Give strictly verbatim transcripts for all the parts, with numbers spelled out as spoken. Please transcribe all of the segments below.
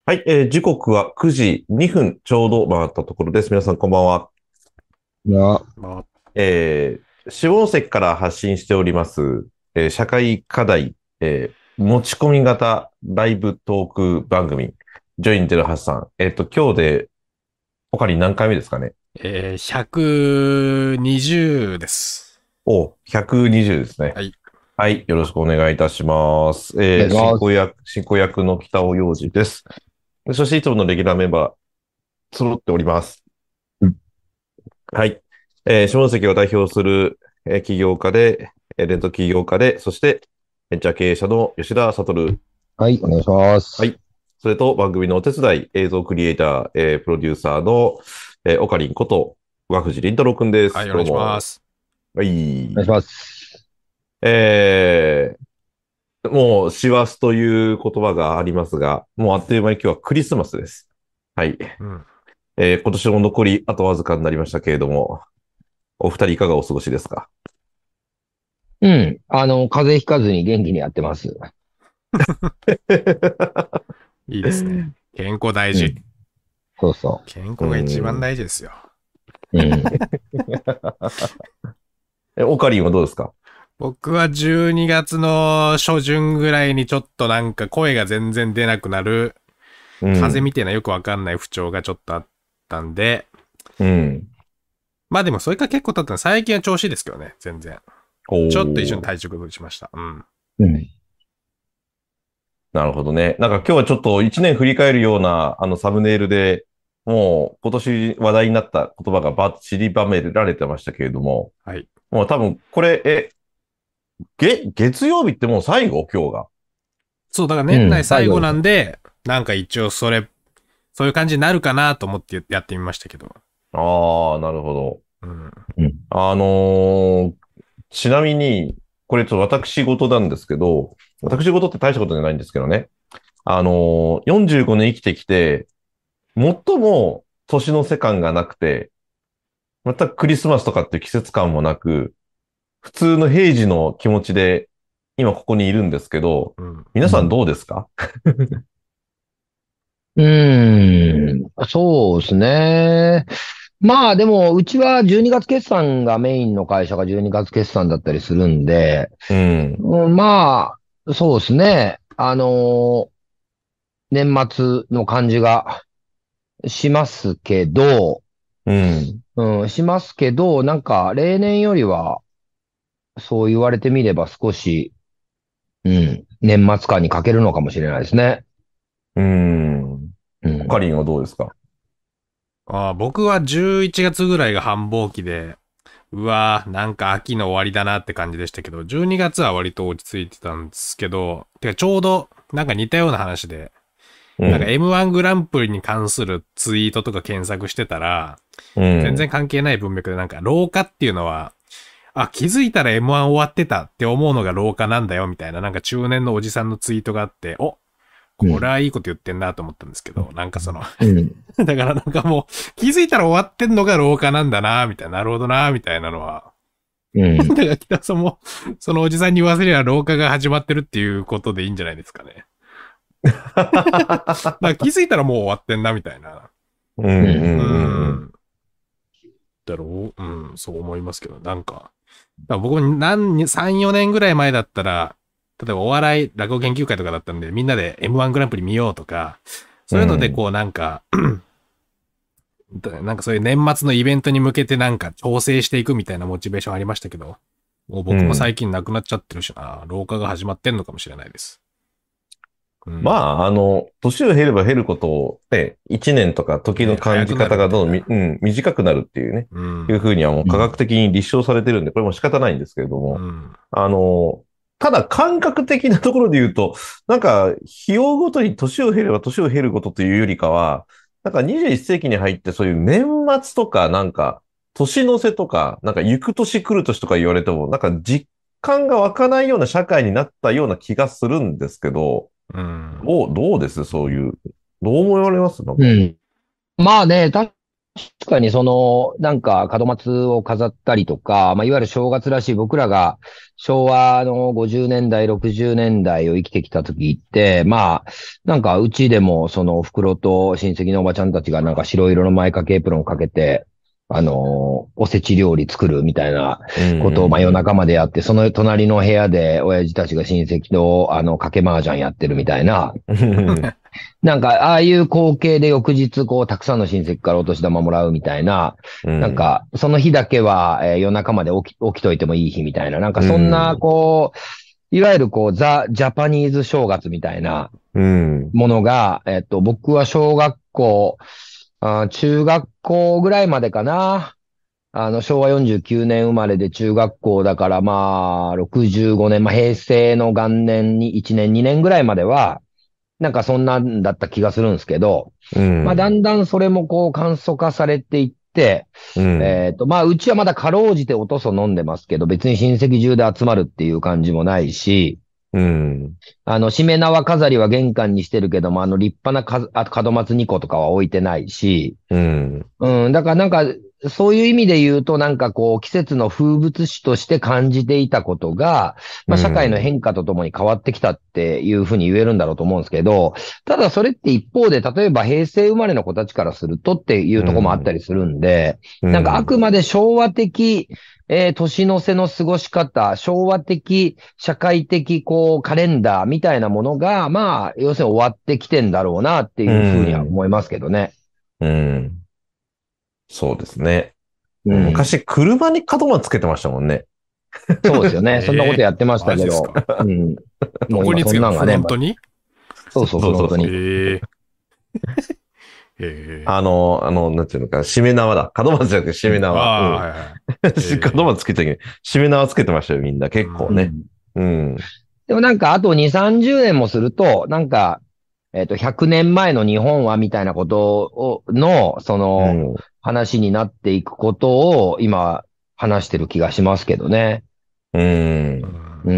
はい、えー時刻はくじにふんちょうど回ったところです。皆さんこんばんは。 いや、 まえー、下関から発信しております、えー社会課題、えー持ち込み型ライブトーク番組、ジョインゼロはちさん。えっと、今日で、他に何回目ですかね？ えー、ひゃくにじゅうです。 お、ひゃくにじゅうですね。 はい。 はい、よろしくお願いいたします。えー、 お願いします。 進行役、進行役の北尾洋二です。そしていつものレギュラーメンバー、揃っております。 うん。 はい。えー下関を代表する、えー起業家で、えー連続起業家で、そして、ベンチャー経営者の吉田悟。 はい、お願いします。 はい。それと、番組のお手伝い、映像クリエイター、えープロデューサーの、えー、オカリンこと、和藤凛太郎くんではい、 す。 お願いしまどうも。 す。 はい。 お願いします。 えー、もう、師走という言葉がありますが、もうあっという間に今日はクリスマスです。はい。 うん。 えー今年も残りあとわずかになりましたけれども、お二人いかがお過ごしですか？ うん。あの、風邪ひかずに元気にやってます。 いいですね。健康大事。 うん。そうそ健う康が一番ん。 大事ですよ。 う。うん。 え、オカリンはどうですか？ 僕はじゅうにがつの初旬ぐらいにちょっとなんか声が全然出なくなる、風邪うん。 みたいなよくわかんない不調がちょっとあったんで、 うん。 まあでもそれから結構経ったの最近は調子いいですけどね、全然。 おちょっと一緒にー。 体調崩しました。うん。 うん。 なるほどね。なんかうん。 今日はちょっと一年振り返るような、あの、サムネイルで、もう今年話題になった言葉がばっちりばめられてましたけれども、 はい。 もう多分これ、え、げ、月曜日ってもう最後今日が？ そう、だからうん。 年内最後最後です。 なんで、なんか一応それそういう感じになるかなと思ってやってみましたけど。 ああ、なるほど。 うん。 うん。 あのーちなみに、これちょっと私事なんですけど、私事って大したことじゃないんですけどね。あのーよんじゅうごねん生きてきて、最も年の瀬感がなくて、またクリスマスとかっていう季節感もなく、普通の平時の気持ちで今ここにいるんですけど、 うん。 皆さんうん。 どうですか？ うーん。そうですね。まあでも、うちはじゅうにがつ決算がメインの会社がじゅうにがつ決算だったりするんで、 うん、 うん、まあ、そうですね。あの年末の感じがしますけど、 うん、 うん、しますけど、なんか、例年よりは、そう言われてみれば少し、うん、年末感に欠けるのかもしれないですね。 うん。 うん。 オカリンはどうですか？ あ僕はじゅういちがつぐらいが繁忙期で、うわーなんか秋の終わりだなって感じでしたけど、じゅうにがつは割と落ち着いてたんですけど、てかちょうどなんか似たような話で、なんかうん、 エムワン グランプリに関するツイートとか検索してたら、 うん、 全然関係ない文脈でなんか老化っていうのは、あ、気づいたら エムワン 終わってたって思うのが老化なんだよみたいななんか中年のおじさんのツイートがあって、お、 うん。 これはいいこと言ってんなと思ったんですけど、なんかそのうん。 だからなんかもう気づいたら終わってんのが老化なんだな、みたいな、なるほどな、みたいなのは。 うん。 だから北さんも、そのおじさんに言わせりゃ老化が始まってるっていうことでいいんじゃないですかね。だから気づいたらもう終わってんな、みたいな。 うん、ううん。 うん、うん、 ん。だろううん、そう思いますけど、なんか、だから僕も何、さん、よねんぐらい前だったら、例えばお笑い、落語研究会とかだったんで、みんなで エムワン グランプリ見ようとか、そういうのでうん、 こうなんか、なんかそういう年末のイベントに向けてなんか調整していくみたいなモチベーションありましたけど、もう僕もうん。 最近なくなっちゃってるしな、老化が始まってんのかもしれないです。うん。 まあ、あの、年を経れば経ることを、ね、一年とか時のね、早くな感じ方がどんどんみ、 るみたいな。 うん、短くなるっていうね、 うん。 いうふうにはもう科学うん。 的に立証されてるんで、これも仕方ないんですけれども、 うん。 あの、ただ感覚的なところで言うと、なんか、日を追うごとに年を経れば年を経ることというよりかは、なんかにじゅういっ世紀に入ってそういう年末とか、なんか、年の瀬とか、なんか行く年来る年とか言われても、なんか実感が湧かないような社会になったような気がするんですけど、 うん。 どう、どうですそういう。どう思われますなんか？ うん。まあね、確確かにその、なんか門松を飾ったりとか、まあ、いわゆる正月らしい僕らが昭和のごじゅうねんだい、ろくじゅうねんだいを生きてきた時って、まあ、なんかうちでもそのお袋と親戚のおばちゃんたちがなんか白色の前掛けエプロンをかけて、あのおせち料理作るみたいなことを、まあ夜中までやって、その隣の部屋で親父たちが親戚と、あの、賭け麻雀やってるみたいな、なんか、ああいう光景で翌日、こう、たくさんの親戚からお年玉もらうみたいな、なんか、その日だけは、えー夜中まで起き、起きといてもいい日みたいな、なんかそんな、こう、いわゆるこう、ザ・ジャパニーズ正月みたいなうん。 ものが、えっと、僕は小学校、あー中学校ぐらいまでかな。あの、しょうわよんじゅうきゅうねん生まれで中学校だから、まあ、ろくじゅうごねん、まあ、平成の元年にいちねん、にねんぐらいまでは、なんかそんなんだった気がするんですけど、 うん。 まあ、だんだんそれもこう簡素化されていって、 うん。 えっと、まあ、うちはまだかろうじておとそ飲んでますけど、別に親戚中で集まるっていう感じもないし、 うん。 あの、しめ縄飾りは玄関にしてるけども、あの、立派なか、あ、門松にことかは置いてないし、 うん。 うん、だからなんか、そういう意味で言うと、なんかこう、季節の風物詩として感じていたことが、まあ社会の変化とともに変わってきたっていうふうに言えるんだろうと思うんですけど、ただそれって一方で、例えば平成生まれの子たちからするとっていうところもあったりするんで、なんかあくまで昭和的、えー年の瀬の過ごし方、昭和的、社会的、こう、カレンダーみたいなものが、まあ、要するに終わってきてんだろうなっていうふうには思いますけどね。 うん。そうですね。 うん。 昔、車に門松つけてましたもんね。 そうですよね。 えーそんなことやってましたけど。 マジですかうん。 どもう今こにつけるのそんなんがね。 フロントにそうそう、 そうそうそうフロントに。 ええええあの、あの、なんていうのか、しめ縄だ。門松じゃなくてしめあ縄。 あ、はいはい。 うん。門松つけてたけど、しめ縄つけてましたよ、みんな。結構ね。 うんうん。 でもなんか、あとに、さんじゅうねんもすると、なんか、えっと、ひゃくねんまえの日本は、みたいなことを、の、その、 うん。 話になっていくことを、今、話してる気がしますけどね。 うん。 うん。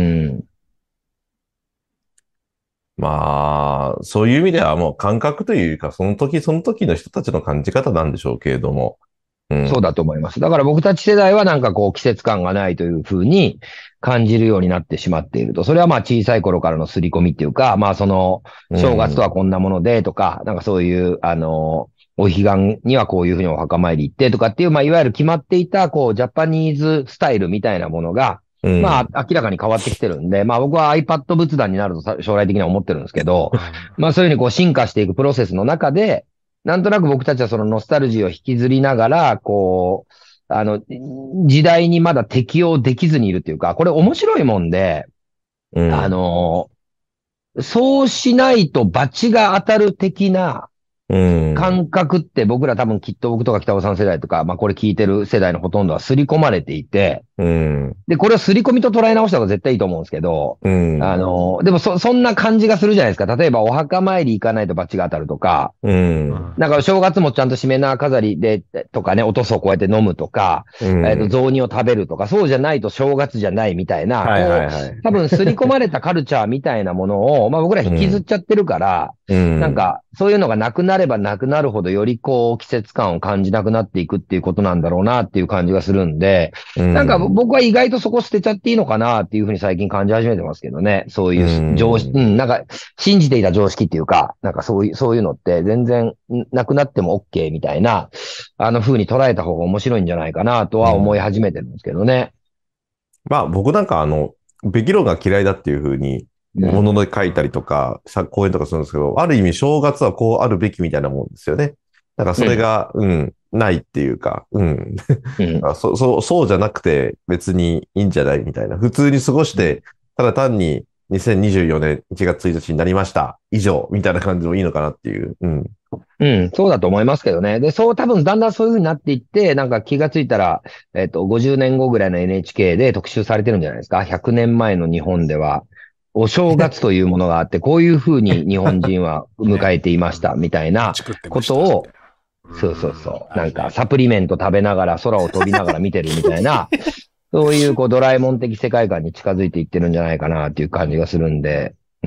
まあ、そういう意味ではもう感覚というか、その時その時の人たちの感じ方なんでしょうけれども。うん。 そうだと思います。だから僕たち世代はなんかこう季節感がないというふうに感じるようになってしまっていると。それはまあ小さい頃からの刷り込みっていうか、まあその正月とはこんなものでとか、なんかそういう、あの、お彼岸にはこういうふうにお墓参り行ってとかっていう、まあいわゆる決まっていたこうジャパニーズスタイルみたいなものが、 うん。 まあ明らかに変わってきてるんで、まあ僕は iPad 仏壇になるとさ将来的には思ってるんですけど、まあそういうふうにこう進化していくプロセスの中で、なんとなく僕たちはそのノスタルジーを引きずりながら、こう、あの、時代にまだ適応できずにいるっていうか、これ面白いもんで、 うん。 あの、そうしないと罰が当たる的なうん。 感覚って僕ら多分きっと僕とか北尾さん世代とか、まあこれ聞いてる世代のほとんどは刷り込まれていて、 うん。 で、これを刷り込みと捉え直した方が絶対いいと思うんですけど、 うん。 あの、でもそ、そんな感じがするじゃないですか。例えばお墓参り行かないと罰が当たるとか、 うん。 なんか正月もちゃんとしめ縄飾りで、とかね、おとそをこうやって飲むとか、 うん。 えっと、雑煮を食べるとか、そうじゃないと正月じゃないみたいな、 はいはいこう、 はい。 多分刷り込まれたカルチャーみたいなものを、まあ僕ら引きずっちゃってるから、 うん。 なんか、そういうのがなくなればなくなるほど、よりこう、季節感を感じなくなっていくっていうことなんだろうなっていう感じがするんで、 うん、 なんか僕は意外とそこ捨てちゃっていいのかなっていうふうに最近感じ始めてますけどね。そういう常識、 うんうん、なんか、信じていた常識っていうか、なんかそういう、そういうのって全然んなくなっても OK みたいな、あの風に捉えた方が面白いんじゃないかなとは思い始めてるんですけどね。 まあ僕なんかあの、べき論が嫌いだっていうふうに、 うんもので書いたりとか、さ講演とかするんですけど、ある意味正月はこうあるべきみたいなもんですよね。だからそれが、うん、うん、ないっていうか、うん。 うんあそそう、そうじゃなくて別にいいんじゃないみたいな。普通に過ごして、ただ単ににせんにじゅうよねんいちがつついたちになりました。以上、みたいな感じでもいいのかなっていう。うん。 うん、そうだと思いますけどね。で、そう、多分だんだんそういう風になっていって、なんか気がついたら、えっと、ごじゅうねんごぐらいの エヌエイチケー で特集されてるんじゃないですか。ひゃくねんまえの日本では、お正月というものがあって、こういう風に日本人は迎えていました、みたいなことを、そうそうそう。なんかサプリメント食べながら空を飛びながら見てるみたいな、そういうこうドラえもん的世界観に近づいていってるんじゃないかなっていう感じがするんで、うん。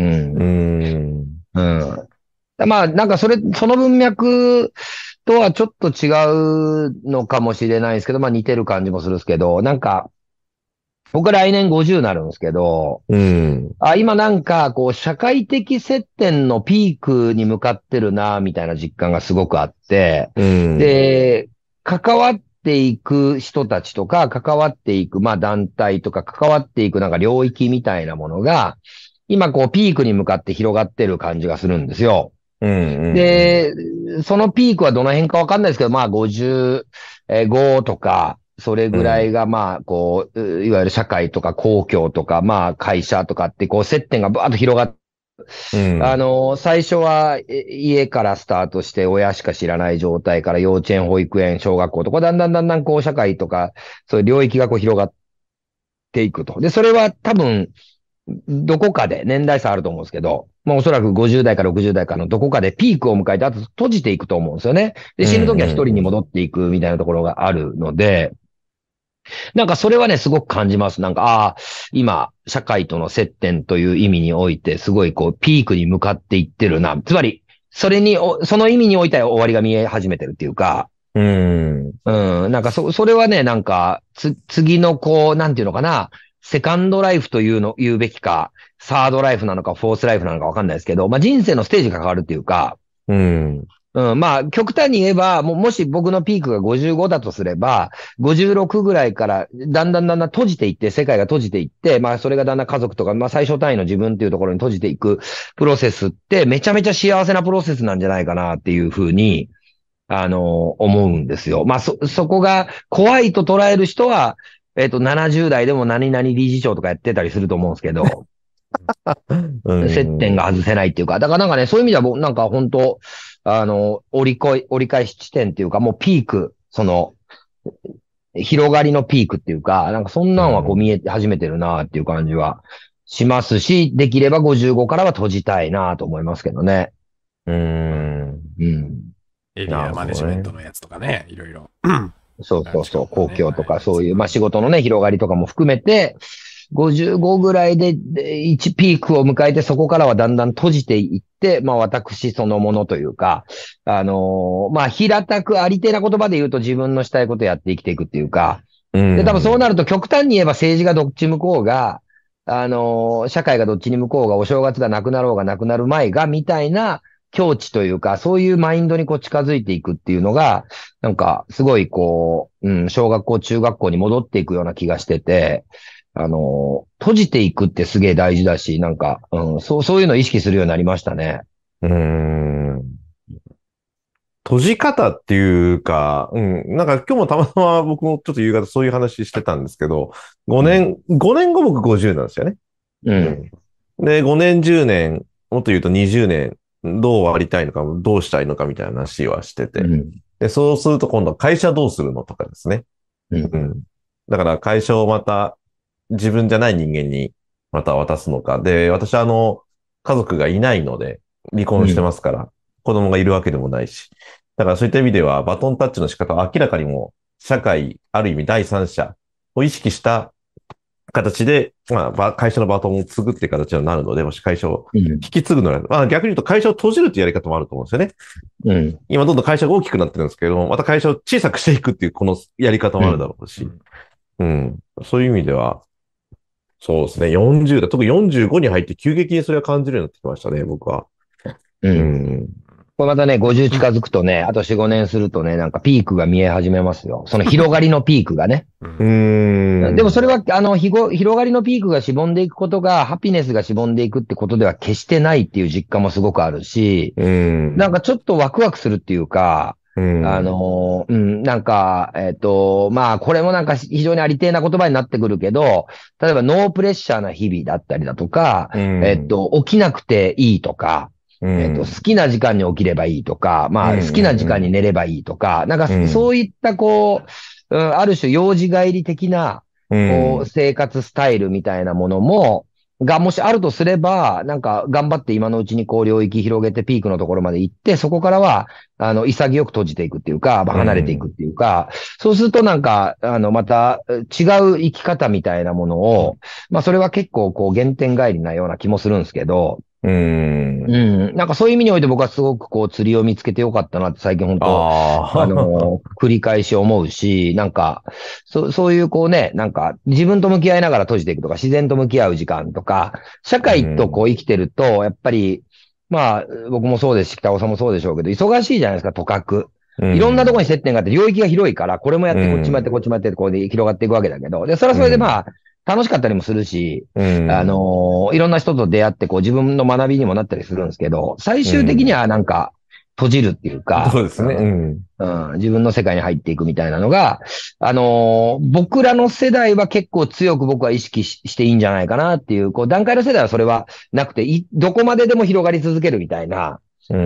うん。 うん。まあ、なんかそれ、その文脈とはちょっと違うのかもしれないですけど、まあ似てる感じもするんですけど、なんか、僕来年ごじゅうになるんですけど、 うん。 あ、今なんか、こう、社会的接点のピークに向かってるな、みたいな実感がすごくあって、 うん。 で、関わっていく人たちとか、関わっていく、まあ団体とか、関わっていくなんか領域みたいなものが、今こう、ピークに向かって広がってる感じがするんですよ。 うん。うん。 で、そのピークはどの辺かわかんないですけど、まあごじゅうごとか、それぐらいがまあ、こう、ういわゆる社会とか公共とか、まあ会社とかってこう接点がバーッと広がっうん。 あの、最初はえ家からスタートして親しか知らない状態から幼稚園、保育園、小学校とか、だんだんだんだんこう社会とか、そういう領域がこう広がっていくと。で、それは多分、どこかで年代差あると思うんですけど、まあおそらくごじゅう代からろくじゅう代かのどこかでピークを迎えて、あと閉じていくと思うんですよね。で、 うん。 死ぬ時は一人にうん。 戻っていくみたいなところがあるので、なんかそれはね、すごく感じます。なんか、ああ、今、社会との接点という意味において、すごいこう、ピークに向かっていってるな。つまり、それにお、その意味においては終わりが見え始めてるっていうか、 うん。 うん、なんかそ、それはね、なんか、つ、次のこう、なんていうのかな、セカンドライフというの、言うべきか、サードライフなのか、フォースライフなのかわかんないですけど、まあ人生のステージが変わるっていうか、 うん。 うん、まあ、極端に言えば、もう、もし僕のピークがごじゅうごだとすれば、ごじゅうろくぐらいから、だんだんだんだん閉じていって、世界が閉じていって、まあ、それがだんだん家族とか、まあ、最小単位の自分っていうところに閉じていくプロセスって、めちゃめちゃ幸せなプロセスなんじゃないかなっていうふうに、あの、思うんですよ。まあ、そ、そこが怖いと捉える人は、えっと、ななじゅう代でも何々理事長とかやってたりすると思うんですけど、 う接点がん。 外せないっていうか、だからなんかね、そういう意味では僕なんか本当、あの、折りこい、折り返し地点っていうか、もうピーク、その、広がりのピークっていうか、なんかそんなんはこう見えて始めてるなっていう感じはしますし、できればごじゅうごからは閉じたいなと思いますけどね。 うん。 うん。 エリなるアマネジほどね。 メントのやつとかね、いろいろ。うんそうあそうそう、公近くね、 共とかああいうやつ。 そういう、まあ仕うん事のね、広がりとかも含めて、ごじゅうごぐらいで、で、いちピークを迎えて、そこからはだんだん閉じていって、まあ私そのものというか、あのーまあ平たくありてえな言葉で言うと自分のしたいことをやって生きていくっていうか、 うで、多分そうなん。 ると極端に言えば政治がどっち向こうが、あのー社会がどっちに向こうが、お正月がなくなろうがなくなる前が、みたいな境地というか、そういうマインドにこう近づいていくっていうのが、なんか、すごいこう、うん、小学校、中学校に戻っていくような気がしてて、あのー閉じていくってすげえ大事だし、なんか、うん、そう、そういうのを意識するようになりましたね。 うん。閉じ方っていうか、うん。なんか今日もたまたま僕もちょっと夕方そういう話してたんですけど、 うん。 ごねん、ごねんご僕ごじゅうなんですよね。 うん。 うん。で、ごねん、じゅうねん、もっと言うとにじゅうねん、どう終わりたいのか、どうしたいのかみたいな話はしてて。 うん。 で、そうすると今度は会社どうするのとかですね。 うん。 うん。だから会社をまた自分じゃない人間にまた渡すのか。で、私はあの、家族がいないので、離婚してうん。 ますから、子供がいるわけでもないし。だからそういった意味では、バトンタッチの仕方は明らかにもう、社会、ある意味第三者を意識した形で、まあば、会社のバトンを継ぐっていう形になるので、もし会社をうん。 引き継ぐのは、まあ逆に言うと会社を閉じるっていうやり方もあると思うんですよね。 うん。 今どんどん会社が大きくなってるんですけれども、また会社を小さくしていくっていうこのやり方もあるだうん。 ろうし、うん。そういう意味では、そうですね。よんじゅう代、特によんじゅうごに入って急激にそれは感じるようになってきましたね、僕は。ううん。 ん。 これまたね、ごじゅう近づくとね、あとよん、ごねんするとね、なんかピークが見え始めますよ。その広がりのピークがね。 ううんん。 でもそれは、あの、ひご広がりのピークがしぼんでいくことが、ハピネスがしぼんでいくってことでは決してないっていう実感もすごくあるし、 うん。 なんかちょっとワクワクするっていうか、 うあん。 の、うん、なんか、えっと、まあ、これもなんか非常にありてえな言葉になってくるけど、例えばノープレッシャーな日々だったりだとか、 うん。 えっと、起きなくていいとか、 うえっと、好ん。 きな時間に起きればいいとか、まあ、好きな時間に寝ればいいとか、なんか、 うん。 そういったこう、うん、ある種幼児帰り的な、 うこう、 ん。 生活スタイルみたいなものも、がもしあるとすれば、なんか頑張って今のうちにこう領域広げてピークのところまで行って、そこからは、あの、潔く閉じていくっていうか、まあう離れていくっん。 ていうか、そうするとなんか、あの、また違う生き方みたいなものを、まあそれは結構こう原点返りなような気もするんですけど、 うん。 うん。なんかそういう意味において僕はすごくこう釣りを見つけてよかったなって最近本当、 あああ。 の、繰り返し思うし、なんか、そ、そういうこうね、なんか自分と向き合いながら閉じていくとか、自然と向き合う時間とか、社う会とん。 こう生きてると、やっぱり、まあ、僕もそうですし、北尾さんもそうでしょうけど、忙しいじゃないですか、とかく。 ういろんなところん。 に接点があって、領域が広いから、これもやうって、こっちもやって、 ん。 こっちもやって、こうで広がっていくわけだけど、で、それはそれでまあ、楽しかったりもするし、 うあん。 のーいろんな人と出会って、こう自分の学びにもなったりするんですけど、最う終的にん。 はなんか閉じるっていうか、 そうですね。うん。 うんうん、自分の世界に入っていくみたいなのが、あのー僕らの世代は結構強く僕は意識し、していいんじゃないかなっていう、こう段階の世代はそれはなくて、い、どこまででも広がり続けるみたいな、 うん。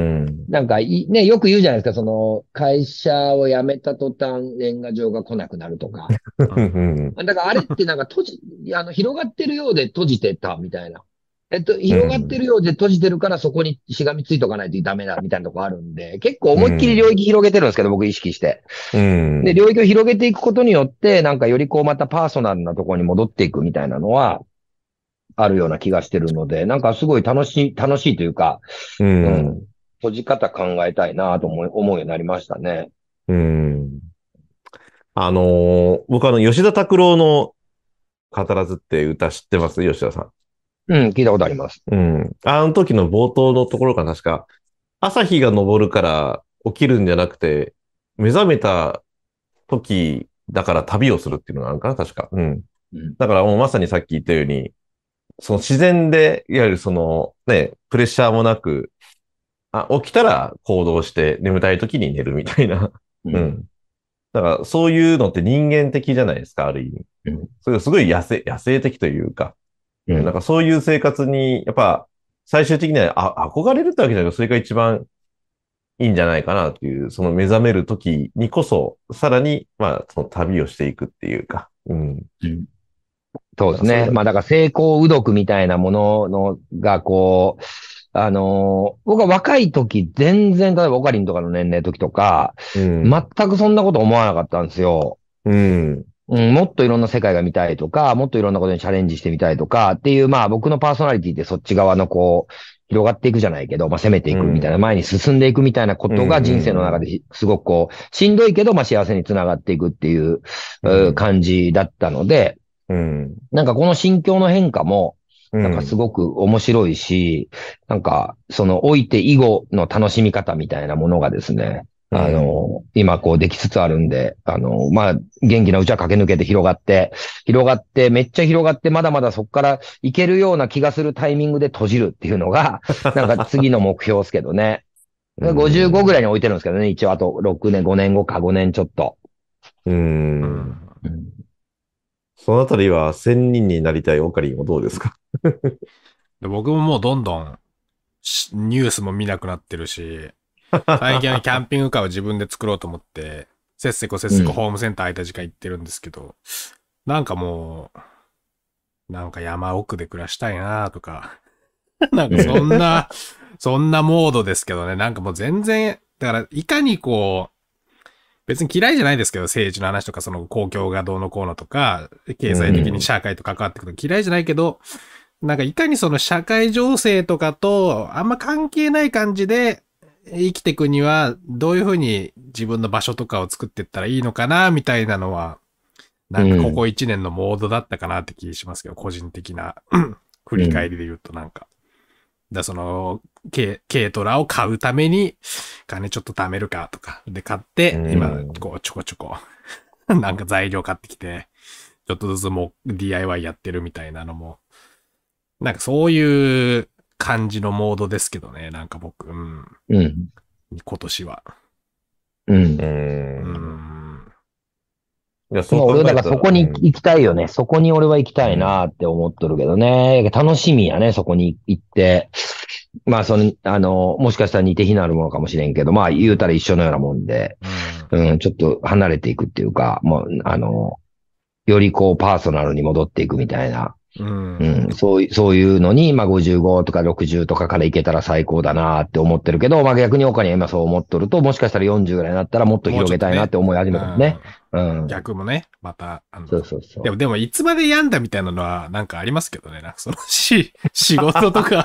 なんかい、ね、よく言うじゃないですか、その、会社を辞めた途端年賀状が来なくなるとか。 うん。 うん。 だからあれってなんか閉じ、あの、広がってるようで閉じてたみたいな。えっと、 う広がってん。 るようで閉じてるからそこにしがみついとかないとダメだみたいなとこあるんで、結構う思いっきり領ん。 域広げてるんですけど、僕意識して。 うで、 ん。 領域を広げていくことによって、なんかよりこうまたパーソナルなところに戻っていくみたいなのは、あるような気がしてるので、なんかすごい楽しい、楽しいというか、 ううん、 ん。 閉じ方考えたいなと思い、思うようになりましたね。 うん。あのー僕あの、吉田拓郎の語らずって歌知ってます吉田さうん、聞いたことあります。 ん。うん。あの時の冒頭のところから確か、朝日が昇るから起きるんじゃなくて、目覚めた時だから旅をするっていうのがあるかな確か。うん。 うん、 だからもうまさにさっき言ったように、その自然で、いわゆるそのね、プレッシャーもなく、あ、起きたら行動して眠たい時に寝るみたいな。 うん、 うん。だからそういうのって人間的じゃないですか、ある意味。 うん、 それがすごい野生、野生的というか、 うん、 なんかそういう生活に、やっぱ最終的にはあ憧れるってわけじゃなくて、それが一番いいんじゃないかなっていう、その目覚める時にこそ、さらに、まあ、その旅をしていくっていうか、うん。 うん。そうですね。 それが、 まあだから成功うどくみたいなもののがこう、あのー僕は若い時全然、例えばオカリンとかの年齢の時とか、 うん、 全くそんなこと思わなかったんですよ。 うん、 うん、もっといろんな世界が見たいとか、もっといろんなことにチャレンジしてみたいとかっていう、まあ僕のパーソナリティってそっち側のこう、広がっていくじゃないけど、まあ攻めていくみたいな、 うん、 前に進んでいくみたいなこうん、 とが人生の中うん、 ですごくこう、しんどいけど、まあ幸せにつながっていくっていう、ううん感じだったので、 うん、 なんかこの心境の変化も、なんかすうん、 ごく面白いし、なんかその老いて以後の楽しみ方みたいなものがですね、あうん、 の、今こうできつつあるんで、あの、まあ、元気なうちは駆け抜けて広がって、広がって、めっちゃ広がって、まだまだそこからいけるような気がするタイミングで閉じるっていうのが、なんか次の目標ですけどね。 うごじゅうごぐらいん、 に置いてるんですけどね、一応あとろくねん、ごねんごかごねんちょっと。 ううん。 ん。 うん、 そのあたりは仙人になりたいオカリンはどうですか？ で、僕ももうどんどんしニュースも見なくなってるし、最近はキャンピングカーを自分で作ろうと思って、せっせこせっせこホームセンター空いた時間行ってるんですけど、なんかもう、なんか山奥で暮らしたいなとか、なんかそんな、そんなモードですけどね、なんかもう全然、だからいかにこう、別に嫌いじゃないですけど、政治の話とか、その公共がどうのこうのとか、経済的に社会と関わってくると嫌いじゃないけど、なんかいかにその社会情勢とかとあんま関係ない感じで生きていくには、どういうふうに自分の場所とかを作っていったらいいのかな、みたいなのは、なんかここ一年のモードだったかなって気しますけど、個人的な振り返りで言うとなんか。だその、軽、軽トラを買うために、金ちょっと貯めるかとか。で、買って、今、こう、ちょこちょこ、なんか材料買ってきて、ちょっとずつもう ディーアイワイ やってるみたいなのも、なんかそういう感じのモードですけどね、なんか僕、うん。 うん。 今年は。 うん。 ううん。 ん。 いや、そうもう俺、だから考えたら、 そこにうん。 行きたいよね。そこに俺は行きたいなうん。 って思っとるけどね。楽しみやね、そこに行って。まあ、その、あの、もしかしたら似て非なるものかもしれんけど、まあ、言うたら一緒のようなもんで、 うん。 うん、ちょっと離れていくっていうか、もう、あの、よりこう、パーソナルに戻っていくみたいな。 ううん。 ん、そうい、そういうのに、まあごじゅうごとかろくじゅうとかからいけたら最高だなって思ってるけど、まあ逆に他には今そう思っとると、もしかしたらよんじゅうぐらいになったらもっともう広げたいなっちょっとね。 て思い始うめるね。 ん。 うん。 逆もね、また、あの、 そうそうそでも、でも、いつまで病んだみたいなのは、なんかありますけどね。なんかそのし、仕事とか、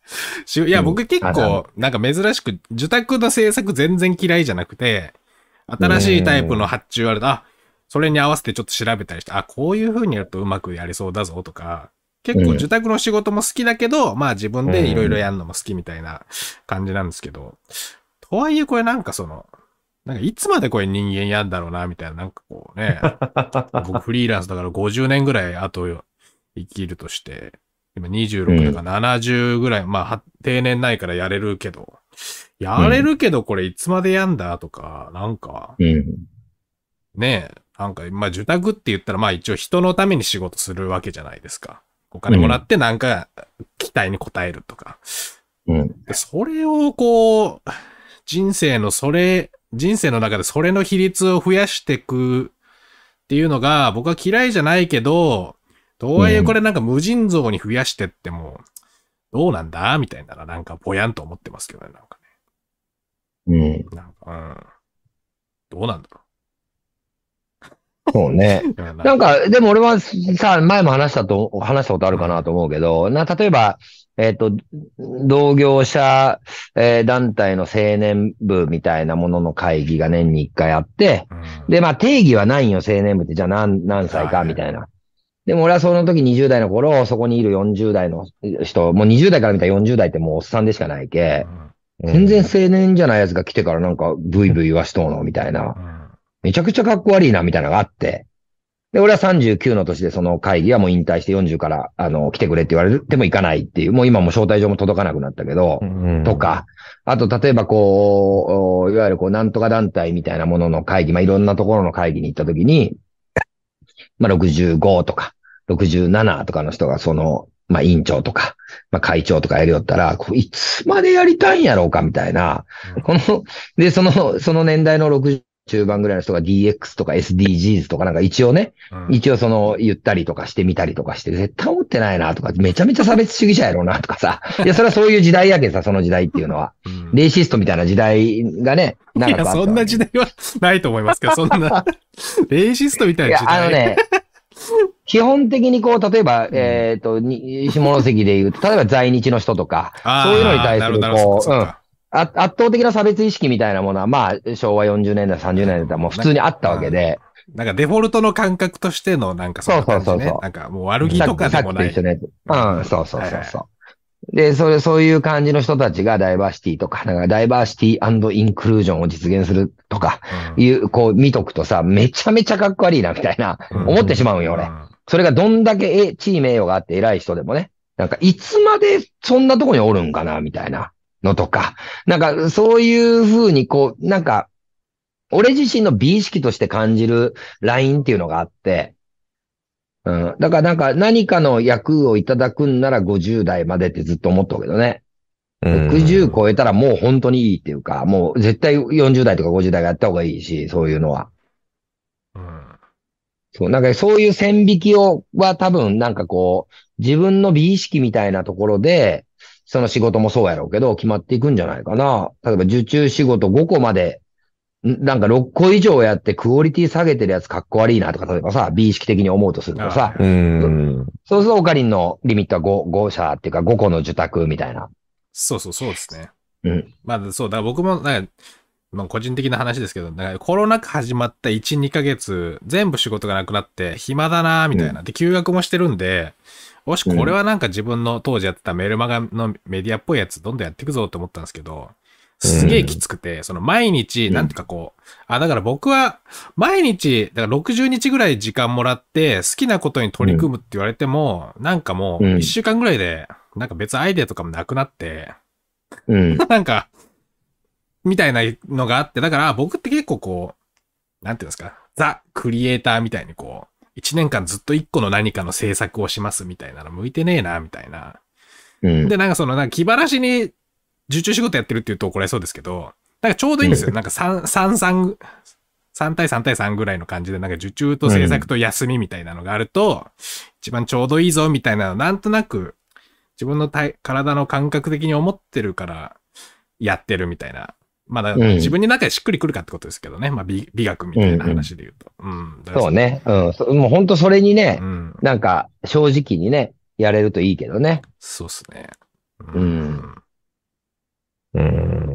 しいや、僕結うん構、なんか珍しく、受託の制作全然嫌いじゃなくて、新しいタイプの発注あると、あ、それに合わせてちょっと調べたりして、あ、こういう風にやるとうまくやりそうだぞとか、結構受託の仕事も好きだけど、まあ自分でいろいろやるのも好きみたいな感じなんですけど、とはいえこれなんかその、なんかいつまでこれ人間やんだろうな、みたいな、なんかこうね、僕フリーランスだからごじゅうねんぐらい後生きるとして、今にじゅうろくだからななじゅうぐらい、まあ定年ないからやれるけど、やれるけどこれいつまでやんだとか、なんか、ねえ、なんか、まあ受託って言ったらまあ一応人のために仕事するわけじゃないですか。お金もらってなんか期待に応えるとか。でそれをこう、人生のそれ、人生の中でそれの比率を増やしていくっていうのが僕は嫌いじゃないけど、とはいえこれなんか無尽蔵に増やしてっても、どうなんだみたいならなんかぼやんと思ってますけどね、なんかね。 ね。なんか、うん。どうなんだろう。そうね。なんか、でも俺はさ、前も話したと、話したことあるかなと思うけど、な、例えば、えっと、同業者、えー団体の青年部みたいなものの会議が年に一回あって、 うん、 で、まあ定義はないんよ、青年部って。じゃあ何、何歳かみたいな。でも俺はその時にじゅう代の頃、そこにいるよんじゅう代の人、もうにじゅう代から見たらよんじゅう代ってもうおっさんでしかないけ、 うん全然青年じゃないやつが来てからなんかブイブイ言わしとうのみたいな。 うんめちゃくちゃかっこ悪いなみたいなのがあって。で、俺はさんじゅうきゅうの年でその会議はもう引退してよんじゅうから、あの、来てくれって言われても行かないっていう、もう今も招待状も届かなくなったけど、 うんとか、あと例えばこう、いわゆるこう、なんとか団体みたいなものの会議、まあ、いろんなところの会議に行った時に、まあ、ろくじゅうごとか、ろくじゅうななとかの人がその、まあ、委員長とか、まあ、会長とかやりよったら、こういつまでやりたいんやろうかみたいな、この、で、その、その年代のろくじゅう中盤ぐらいの人が ディーエックス とか エスディージーズ とかなんか一応ね、 うん一応その言ったりとかしてみたりとかして、絶対思ってないなとか、めちゃめちゃ差別主義者やろうなとかさ。いや、それはそういう時代やけんさ、その時代っていうのは。 うんレイシストみたいな時代がね、 いや、 長くあったわけそんな時代はないと思いますけど、そんな、レイシストみたいいや、 な時代。 あのね、基本的にこう、例えば、えっと、に下関で言うと、例えば在日の人とか、 あーそういうのに対するなるほどなるほどこう、うん。 そっかあ圧倒的な差別意識みたいなものは、まあ、昭和よんじゅうねんだい、さんじゅうねんだいだったらもう普通にあったわけで。 なんかデフォルトの感覚としてのなんかそんな感じね。 そうそうそうそうなんかもう悪気とかでもない。 さっきと一緒のやつ。 うんうん、そうそうそうそう。 はいはで、それ、そういう感じの人たちがダイバーシティとか、なんかダイバーシティ&インクルージョンを実現するとか、 うんいう、こう見とくとさ、めちゃめちゃかっこ悪いな、みたいな、 うん思ってしまうんよ、俺。 うんそれがどんだけえ地位名誉があって偉い人でもね、なんかいつまでそんなとこにおるんかな、みたいなのとか、なんかそういう風にこう、なんか、俺自身の美意識として感じるラインっていうのがあって、うん。だからなんか何かの役をいただくんならごじゅう代までってずっと思ったけどね。ろくじゅう超えたらもう本当にいいっていうか、もう絶対よんじゅう代とかごじゅう代がやった方がいいし、そういうのは。 うんそう、なんかそういう線引きを、は多分なんかこう、自分の美意識みたいなところで、その仕事もそうやろうけど、決まっていくんじゃないかな。例えば受注仕事ごこまで、んなんかろっこ以上やってクオリティ下げてるやつかっこ悪いなとか、例えばさ、美意識的に思うとするとさ、 うん。 そうするとオカリンのリミットは ご, ご社っていうかごこの受託みたいな。 そうそうそうですね。 うん。 まあそう、だから僕もなんか、まあ個人的な話ですけど、なんかコロナ禍始まったいち、にかげつ、全部仕事がなくなって暇だなみたいな。で、休学もしてるんで、もしこれはなんか自分の当時やってたメルマガのメディアっぽいやつどんどんやっていくぞって思ったんですけど、すげえきつくて、その毎日、なんていうかこう、あ、だから僕は毎日、だからろくじゅうにちぐらい時間もらって好きなことに取り組むって言われても、なんかもういっしゅうかんぐらいで、なんか別アイデアとかもなくなって、 うん。 なんか、みたいなのがあって、だから僕って結構こう、なんていうんですか、ザ・クリエイターみたいにこう、一年間ずっと一個の何かの制作をしますみたいなの向いてねえな、みたいな。 うん。 で、なんかその、なんか気晴らしに受注仕事やってるって言うと怒られそうですけど、なんかちょうどいいんですよ。なんかさん、さん、さん、さん対さん対さんぐらいの感じで、なんか受注と制作と休みみたいなのがあると、一番ちょうどいいぞみたいなの、なんとなく自分の体体の感覚的に思ってるからやってるみたいな。まあだから自分に中でしっくりくるかってことですけどね。まあ美美学みたいな話で言うと。うん、うん。 そうね。うんそ。もう本当それにね、 うん。 なんか正直にね、やれるといいけどね。 そうっすね。 うん。 うん。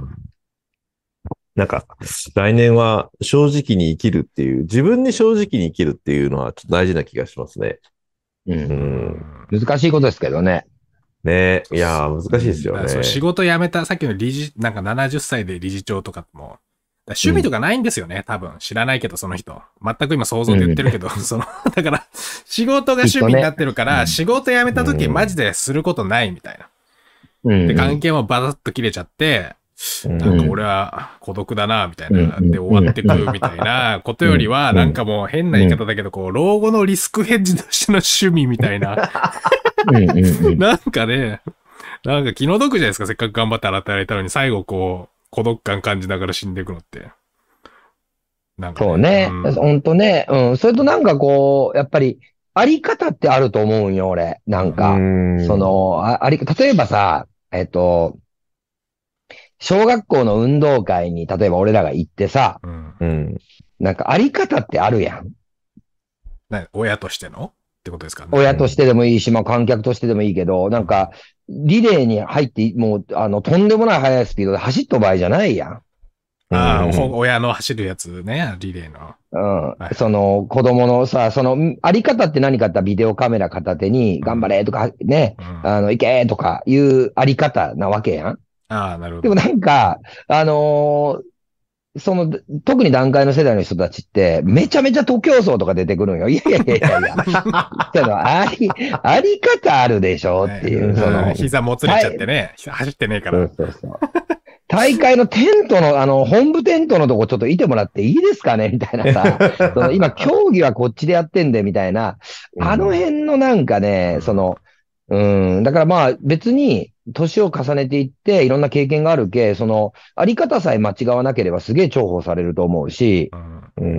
なんか、来年は正直に生きるっていう、自分に正直に生きるっていうのはちょっと大事な気がしますね。 うううん。 ん。 ん。 難しいことですけどね。 ねえ。いやー、 う難しいですん。 よだからそう、仕ね。 事辞めた、さっきの理事、なんかななじゅっさいで理事長とかも、趣味とうん。 かないんですよね、多分。知らないけど、その人。全く今想像で言っうん。 てるけど、その、だから、仕事がきっとね。 趣味になってるから、仕事辞めた時マジですることないみたいな。 うん。 で、 うん。 関係もバタッと切れちゃって、なんかうん。 俺は孤独だな、みたいうん。 な。で、 うん。 終わってく、みたいなことうん。 よりは、 うん。 なんかもう変な言いうん。 方だけど、こう、老後のリスクヘッジとしての趣味みたいな。 うん。うん。 なんかね、なんか気の毒じゃないですか、せっかく頑張って洗ってあげたのに、最後こう、孤独感感じながら死んでいくのって。なんかね、うそうね。 ん。 ほんとね。うん。それとなんかこう、やっぱり、あり方ってあると思うんよ、俺。 うなんうか、 ん。 そん。 の、あ、あり、例えばさ、えっと、小学校の運動会に、例えば俺らが行ってさ、 うん。 うん。 なんかあり方ってあるやん。 な親としてのってことですかね。 親としてでもいいし、まあ観客としてでもいいけど、なんか、 うん。 リレーに入って、もう、あの、とんでもない速いスピードで走っとる場合じゃないやん。 うああ、ほん。 親の走るやつね、リレーの。はいうん。 はい。 その、子供のさ、その、んあり方って何かって言ったらビデオカメラ片手に、頑張うん。 れとか、ね、 うん。 あの、行けとかいうあり方なわけやん。 ああ、なるほでもど。 なんか、あのーその、特に団塊の世代の人たちって、 うん。 めちゃめちゃ徒競走とか出てくるんよ。いやいやいやいやいや。その、あり、あり方あるでしょってね、 いう、そうん、 の、 膝もつれちゃってね、走ってねえから。 そうそうそう。大会のテントの、あの、本部テントのとこちょっといてもらっていいですかねみたいなさ、その、今、競技はこっちでやってんで、みたいな、あのうん。 辺のなんかね、そうん。 の、うん、だからまあ、別に、年を重ねていって、いろんな経験があるけ、その、あり方さえ間違わなければすげえ重宝されると思うし、 うん。 うん。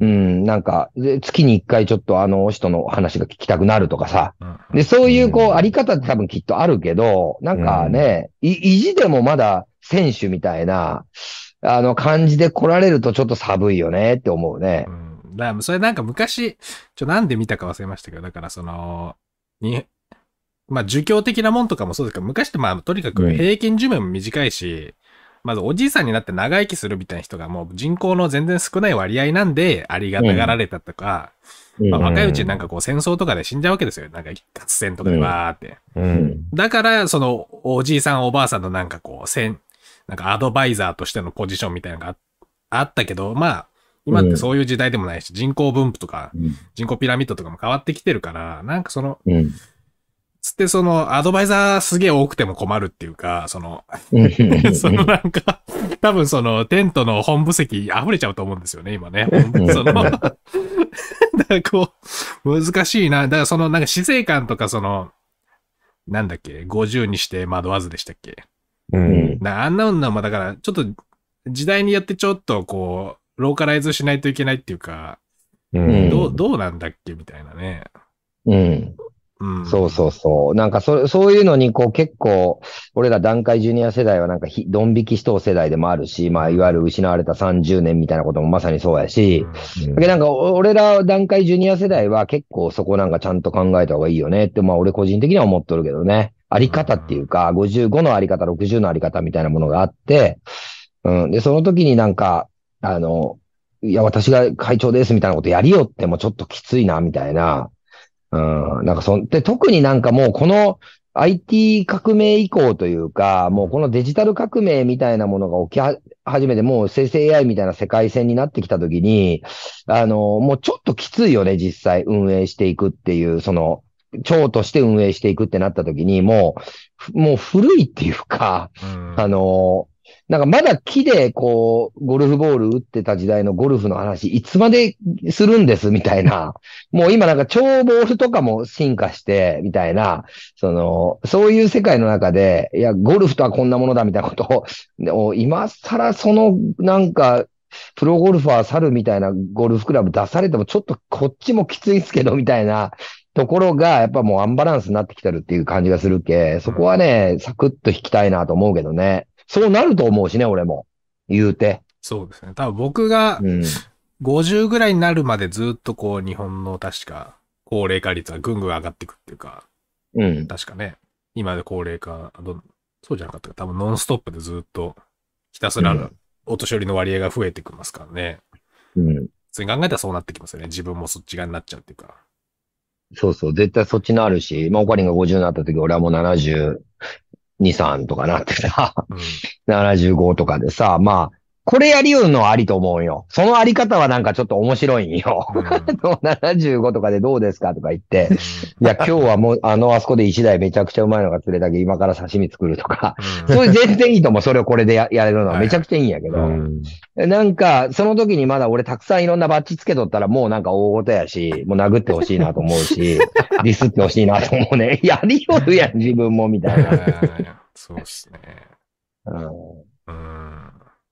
うん、なんか、で月に一回ちょっとあの人の話が聞きたくなるとかさ。 うん。 で、そうういうこう、ありん。 方って多分きっとあるけど、なんかうん。 ね、い意地でもまだ選手みたいな、あの感じで来られるとちょっと寒いよねって思うね。 うん。だからそれなんか昔、ちょ、なんで見たか忘れましたけど、だからその、に、まあ、儒教的なもんとかもそうですけど、昔ってまあ、とにかくうん。 平均寿命も短いし、まずおじいさんになって長生きするみたいな人がもう人口の全然少ない割合なんで、ありがたがらうん。 れたとか、まあ、 うん。 若いうちになんかこう戦争とかで死んじゃうわけですよ。なんか合戦とかでうん。 わーって。 ううん。 ん。 だから、その、おじいさんおばあさんのなんかこう、せん、なんかアドバイザーとしてのポジションみたいなのがああったけど、まあ、今ってそういう時代でもないし、人口分布とか、 うん。 人口ピラミッドとかも変わってきてるから、なんかその、 うん。 つってその、アドバイザーすげえ多くても困るっていうか、その、 うん。 そのなんか、多分その、テントの本部席溢れちゃうと思うんですよね、今ね。本部、その、だからこう、難しいな。だからその、なんか死生観とかその、なんだっけ、ごじゅうにして惑わずでしたっけ。 うん。 なあんなのも、だから、ちょっと、時代によってちょっとこう、ローカライズしないといけないっていうか、 ううん。 どう、 ん。 どうなんだっけみたいなね。 うん。 うん。 そうそうそう。なんかそ、そういうのに、こう結構、俺ら団塊ジュニア世代はなんかひ、ドン引きしとう世代でもあるし、まあ、いわゆる失われたさんじゅうねんみたいなこともまさにそうやし、 うん。 だけどなんか、お俺ら団塊ジュニア世代は結構そこなんかちゃんと考えた方がいいよねって、まあ、俺個人的には思っとるけどね。あり方っていうか、ごじゅうごのあり方、ろくじゅうのあり方みたいなものがあって、うん。で、その時になんか、あの、いや、私が会長ですみたいなことやりよってもちょっときついな、みたいな。うん、なんかそん、で、特になんかもうこの アイティー 革命以降というか、もうこのデジタル革命みたいなものが起きは始めて、もう生成 エーアイ みたいな世界線になってきたときに、あの、もうちょっときついよね、実際運営していくっていう、その、長として運営していくってなったときに、もう、もう古いっていうか、 うあん。 の、なんかまだ木でこう、ゴルフボール打ってた時代のゴルフの話、いつまでするんですみたいな。もう今なんか超ボールとかも進化して、みたいな、その、そういう世界の中で、いや、ゴルフとはこんなものだみたいなことを、を今更その、なんか、プロゴルファー猿みたいなゴルフクラブ出されてもちょっとこっちもきついっすけど、みたいなところが、やっぱもうアンバランスになってきてるっていう感じがするけ、そこはうん。 ね、サクッと引きたいなと思うけどね。そうなると思うしね、俺も。言うて。 そうですね。多分僕がうん。 ごじゅうぐらいになるまでずっとこう、日本の確か、高齢化率はぐんぐん上がっていくっていうか、 うん。 確かね。 今で高齢化、どそうじゃなかったか。多分ノンストップでずっとひたすらお年寄りの割合が増えてきますからね。 うん。 普通に考えたらそうなってきますよね。自分もそっち側になっちゃうっていうか。 そうそう。絶対そっちのあるし、まあ、オカリンがごじゅうになった時、俺はもうななじゅうに、さんとかなってさ、 うん。 ななじゅうごとかでさ、まあ、これやりよるのはありと思うよ。そのあり方はなんかちょっと面白いんよ。 うん。 ななじゅうごとかでどうですかとか言って、 うんいや、今日はもう、あの、あそこで一台めちゃくちゃうまいのが釣れたけど、今から刺身作るとか、 うんそれ全然いいと思う。それをこれでややれるのはめちゃくちゃいいんやけうど、 ん。 なんか、その時にまだ俺たくさんいろんなバッジつけとったらもうなんか大事やし、もう殴ってほしいなと思うし、ディスってほしいなと思うね。やりよるやん、自分も、みたいな。 はいそうっすね。 うんうん。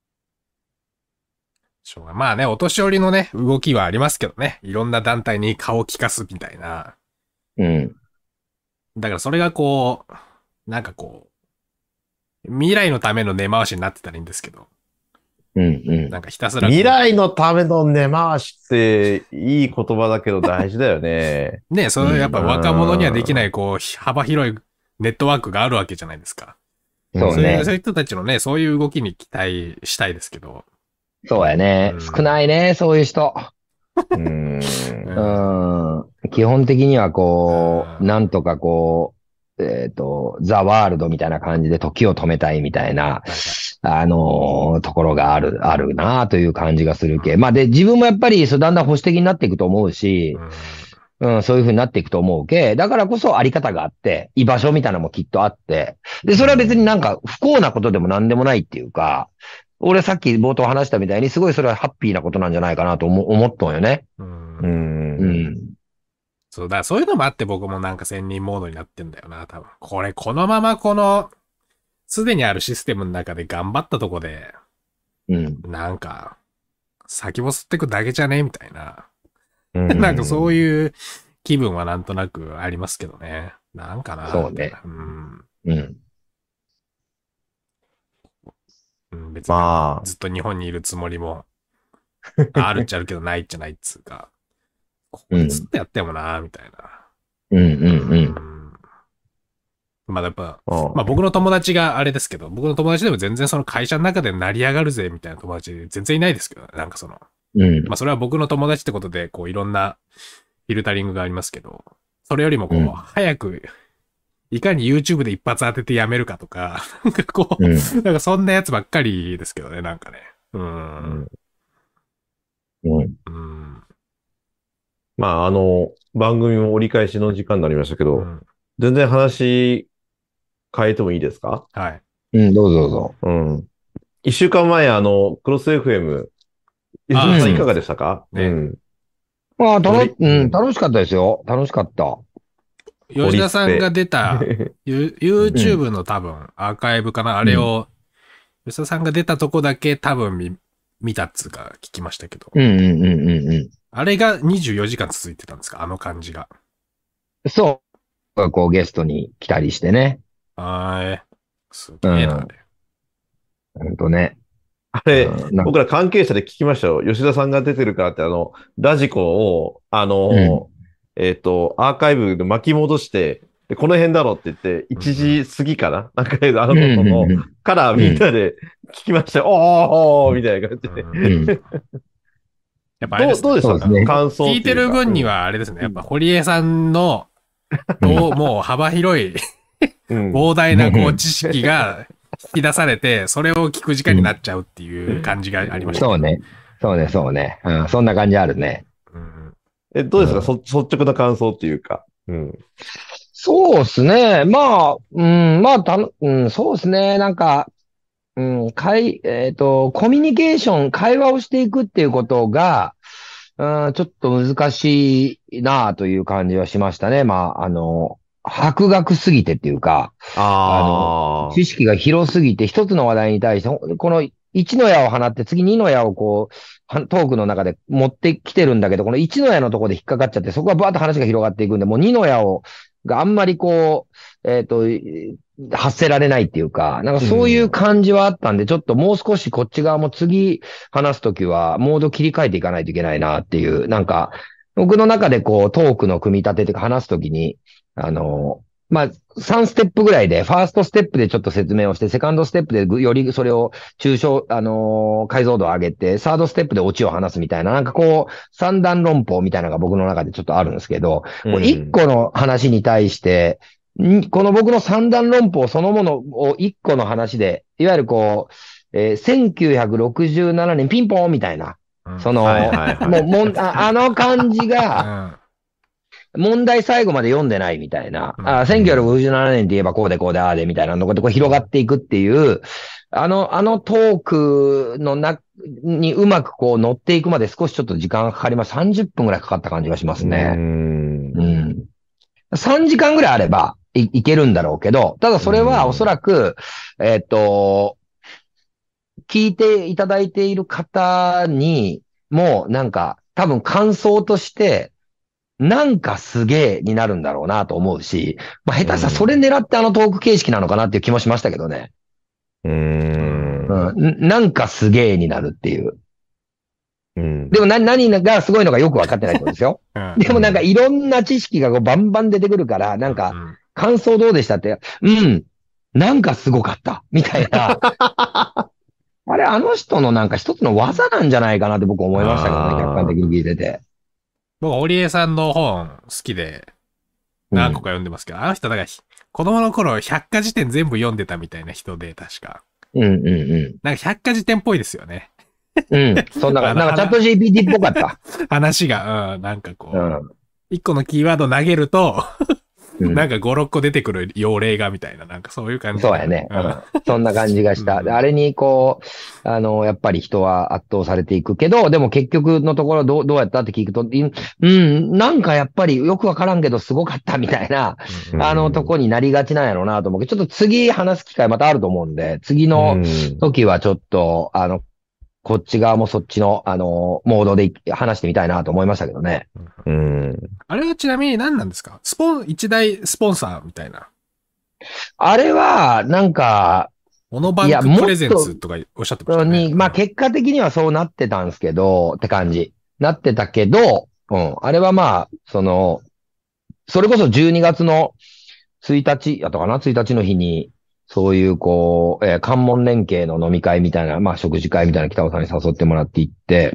しょうがない。まあね、お年寄りのね、動きはありますけどね。いろんな団体に顔を利かすみたいな。 うん。 だからそれがこう、なんかこう、未来のための根回しになってたらいいんですけど、 うん。うんなんかひたすらこう。 未来のための根回しっていい言葉だけど大事だよね。 ね、それやっぱ若者にはできない、こう、幅広いネットワークがあるわけじゃないですか。 そうねそういう、そういう人たちのね、そういう動きに期待したいですけど。 そうやね。 うん少ないね、そういう人。 うん。 うんうん。基本的にはこう、 うんなんとかこう、えっと、ザ・ワールドみたいな感じで時を止めたいみたいな、 はいはいあのーところがある、あるなという感じがするけ。まあで、自分もやっぱり、そうだんだん保守的になっていくと思うし、うん、そういう風になっていくと思うけ。だからこそあり方があって、居場所みたいなのもきっとあって。で、それは別になんか不幸なことでも何でもないっていうか、俺さっき冒頭話したみたいに、すごいそれはハッピーなことなんじゃないかなと思思ったんよね。 うんう。 うんん。 そう、だからそういうのもあって僕もなんか専任モードになってんだよな、多分。これ、このままこの、すでにあるシステムの中で頑張ったとこで、 うん。 なんか、先を吸ってくだけじゃねみたいな。 うんなんかそういう気分はなんとなくありますけどね。なんかな。 そうねうん。 うん。 うん、別にまあずっと日本にいるつもりも、あるっちゃあるけどないっちゃないっつうか、ここでずっとやってもな、みたいな。 うん。うん。うん。 んまあやっぱ、 あまあ僕の友達があれですけど、僕の友達でも全然その会社の中で成り上がるぜみたいな友達全然いないですけど、なんかその、 うん。 まあそれは僕の友達ってことで、こういろんなフィルタリングがありますけど、それよりもこう、 うん早く、いかに YouTube で一発当ててやめるかとか、なんかこう、 うん。 なんかそんなやつばっかりですけどね、なんかね。う。 うんんうん。 うん。 まあ、あの、番組も折り返しの時間になりましたけど、 うん全然話変えてもいいですか？ はい。 うん。どうぞどうぞ。 うん。一週間前、あの、クロス エフエム、吉あそう田さんいかがでしたか？ ねうん。 まあ、たの、 よりうん、楽しかったですよ。楽しかった。 吉田さんが出た、ユ YouTube の多分アーカイブかな、あれを、吉田さんが出たとこだけ多分見、見たっつうか聞きましたけど、 うんうんうんうんうあれがにじゅうよじかん続いてたんですか？あの感じが。 ん。そう。こうゲストに来たりしてね。 あーえ。すげえな、 うんあれ。 ほんとね。 あれ、 うんなん僕ら関係者で聞きましたよ。吉田さんが出てるからって、あの、ラジコを、あの、えっと、アーカイブで巻き戻して、で、この辺だろって言って、いちじ過ぎかな、なんか、あのうんうんことの、 うんからみんなで聞きましたよ。おーおーみたいな感じで。 うんうんどう、 やっぱあれですね。 どうでしたか、 そうですね感想っていうか。 聞いてる分にはあれですね。やっぱ堀江さんの、ともう幅広い、 うん、 膨大なこう知識が引き出されて、それを聞く時間になっちゃうっていう感じがありました。 そうね。そうね、そうね。うん、そんな感じあるね。 うんえ、どうですか、 うんそ率直な感想っていうか。うん。 そうですね。まあ、うん、まあ、たの、うん、そうですね。なんか、うん、かい、えっと、コミュニケーション、会話をしていくっていうことが、うん、ちょっと難しいなという感じはしましたね。まあ、あの、博学すぎてっていうか、 ああ。 知識が広すぎて、一つの話題に対して、ほこの一の矢を放って、次二の矢をこう、はトークの中で持ってきてるんだけど、この一の矢のところで引っかかっちゃって、そこはバーッと話が広がっていくんで、もう二の矢を、があんまりこう、えっと、発せられないっていうか、なんかそういう感じはあったんで、ちょっともう少しこっち側も次話すときは、モード切り替えていかないといけないなっていう、なんか、僕の中でこう、トークの組み立てて話すときに、あの、 まあ、さんステップぐらいで、ファーストステップでちょっと説明をして、セカンドステップでぐよりそれを抽象、あのー解像度を上げて、サードステップでオチを話すみたいな、なんかこう、三段論法みたいなのが僕の中でちょっとあるんですけど、 うんこう一個の話に対して、んこの僕の三段論法そのものを一個の話で、いわゆるこう、えーせんきゅうひゃくろくじゅうななねんピンポーンみたいな、 うんその、 はいはいはいもう、もん、ああの感じが、 うん問題最後まで読んでないみたいな。 うんあ、せんきゅうひゃくろくじゅうななねんって言えばこうでこうでああでみたいなのがこう広がっていくっていう、あの、あのトークのな、にうまくこう乗っていくまで少しちょっと時間がかかります。さんじゅっぷんぐらいかかった感じがしますうね。 ん。 うん。さんじかんぐらいあればい、いけるんだろうけど、ただそれはおそらく、えっと、聞いていただいている方にもなんか多分感想として、なんかすげえになるんだろうなと思うし、まあ下手したらそれ狙ってあのトーク形式なのかなっていう気もしましたけどね。 うーん。 うん。んなんかすげえになるっていう。 うん。 でもな、何がすごいのかよくわかってないってことですよ。 うんでもなんかいろんな知識がこうバンバン出てくるから、なんか感想どうでしたって、うん、なんかすごかった。みたいな。あれ、あの人のなんか一つの技なんじゃないかなって僕思いましたけどね、 あー客観的に聞いてて。 僕、堀江さんの本好きで何個か読んでますけど、あの人だからひ子供の頃百科事典全部読んでたみたいな人で、確か。 うんうんうなんか百科事典っぽいですよね。 ん。うん。そんな、 あのなんかチャット ジーピーティー っぽかった。 話が、うん、なんかこう、 うん。 一個のキーワード投げると、 うんなんかご、ろっこ出てくる用例がみたいな、なんかそういう感じ。 そうやね。 ううんん。そんな感じがした。であれにこう、あの、やっぱり人は圧倒されていくけど、でも結局のところどう、どうやったって聞くと、いうん、なんかやっぱりよくわからんけどすごかったみたいな、 うんあのとこになりがちなんやろうなと思うけど、ちょっと次話す機会またあると思うんで、次の時はちょっと、あの、こっち側もそっちの、あの、モードで話してみたいなと思いましたけどね。 うん。 あれはちなみに何なんですか？スポン、一大スポンサーみたいな。 あれは、なんか、 モノバンいやもっとクプレゼンツとかおっしゃってましたね。 に、まあ結果的にはそうなってたんですけど、って感じ。なってたけど、うん。あれはまあ、その、それこそじゅうにがつのついたちやったかな ?ついたちの日に、そういうこう、えー関門連携の飲み会みたいな、まあ食事会みたいな北尾さんに誘ってもらって行って、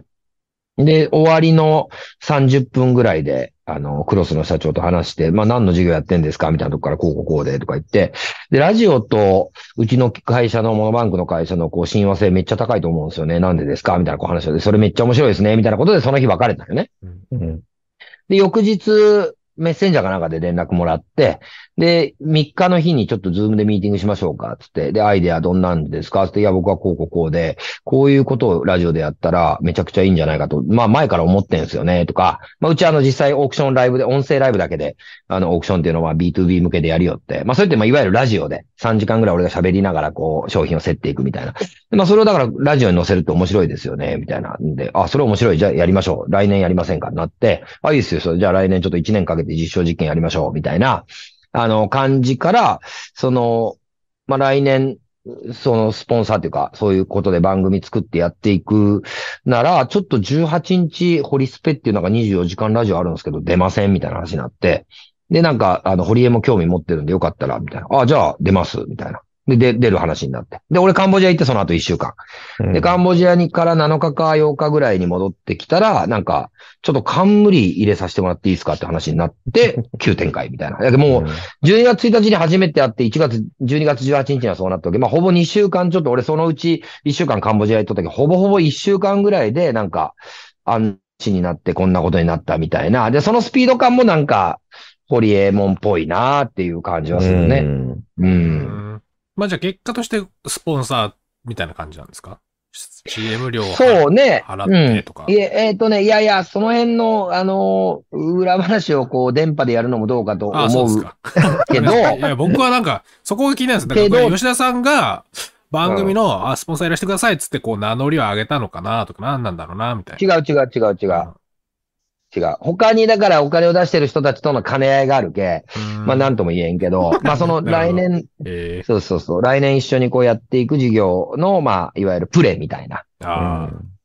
で、終わりのさんじゅっぷんぐらいで、あの、クロスの社長と話して、まあ何の授業やってんですかみたいなとこからこうこうこうでとか言って、で、ラジオと、うちの会社のモノバンクの会社のこう親和性めっちゃ高いと思うんですよね。なんでですかみたいなこう話をで、それめっちゃ面白いですね。みたいなことでその日別れたよね。 うん。 で、翌日、メッセンジャーかなんかで連絡もらって、で、みっかの日にちょっとズームでミーティングしましょうか、つって。で、アイデアどんなんですかつって、いや、僕はこうこうこうで、こういうことをラジオでやったらめちゃくちゃいいんじゃないかと、まあ前から思ってんすよね、とか、まあうちあの実際オークションライブで、音声ライブだけで、あのオークションっていうのは ビーツービー 向けでやるよって。まあそれってまあいわゆるラジオでさんじかんぐらい俺が喋りながらこう商品を競っていくみたいな。でまあそれをだからラジオに載せると面白いですよね、みたいな。んで、あ、それ面白い。じゃあやりましょう。来年やりませんかなって、あ、いいですよ。それじゃあ来年ちょっといちねんかけて実証実験やりましょう、みたいな、あの感じから、その、まあ来年、そのスポンサーっていうか、そういうことで番組作ってやっていくなら、ちょっとじゅうはちにちホリスペっていうのがにじゅうよじかんラジオあるんですけど、出ませんみたいな話になって、で、なんか、あの、堀江も興味持ってるんでよかったら、みたいな。あ、じゃあ出ます、みたいな。で、で、出る話になって。で、俺カンボジア行ってその後いっしゅうかん。で、カンボジアにからなのかかようかぐらいに戻ってきたら、なんか、ちょっと冠入れさせてもらっていいですかって話になって、急展開みたいな。だけどもう、じゅうにがつついたちに初めて会って、いちがつ、じゅうにがつじゅうはちにちにはそうなったわけ。まあ、ほぼにしゅうかんちょっと俺そのうちいっしゅうかんカンボジア行っとったけど、ほぼほぼいっしゅうかんぐらいで、なんか、安心になってこんなことになったみたいな。で、そのスピード感もなんか、ホリエモンっぽいなーっていう感じはするね。うん。 うんまあじゃあ結果としてスポンサーみたいな感じなんですか？ シーエム 料をそうね。 払ってとか。 うん、いえ、えっ、ー、とね、いやいや、その辺の、あのー、裏話をこう、電波でやるのもどうかと思う。 あそうですかけど。 いや、僕はなんか、そこが気になるんですよ。だから吉田さんが番組の、うん、あ、スポンサーいらしてくださいっつってこう名乗りを上げたのかなとか、なんなんだろうな、みたいな。違う違う違う違う。うん違う。他にだからお金を出してる人たちとの兼ね合いがあるけ、まあなんとも言えんけど、まあその来年、えー、そうそうそう、来年一緒にこうやっていく事業の、まあいわゆるプレみたいな。あ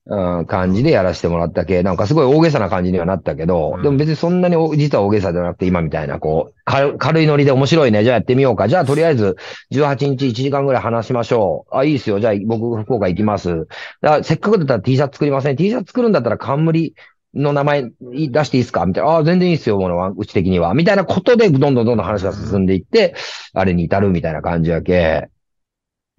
うん、感じでやらせてもらった系、なんかすごい大げさな感じにはなったけど、 うんでも別にそんなにお実は大げさじゃなくて今みたいな、こう、軽軽いノリで面白いね、じゃあやってみようか。じゃあとりあえずじゅうはちにちいちじかんぐらい話しましょう。あ、いいっすよ。じゃあ僕福岡行きます。だからせっかくだったら T シャツ作りません。T シャツ作るんだったら冠の名前出していいですかみたいな。あ、全然いいっすよ、ものうち的には。みたいなことでどんどんどんどん話が進んでいって、あれに至るみたいな感じやけ。うん。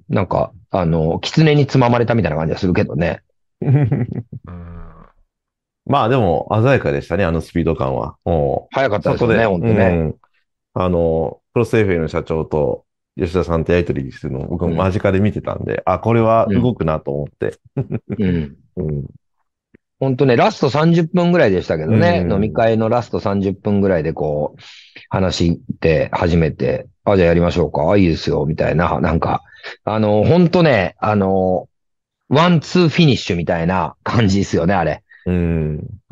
なんか、あの、狐につままれたみたいな感じがするけどね。 うんまあでも、鮮やかでしたね、あのスピード感は。も早かっう、そこで、 たですよね、本当うね。 ん。あの、クロス エフエム の社長と吉田さんとやりとりするのを僕も間近で見てたんで、あ、これは動くなと思って。 うん。 うん。 本当ね、ラストさんじゅっぷんぐらいでしたけどね。 うん飲み会のラストさんじゅっぷんぐらいでこう、話して初めて、あ、じゃあやりましょうか。あ、いいですよ、みたいな。なんか、あの、本当ね、あの、ワンツーフィニッシュみたいな感じですよね、あれ。 うん。 うん。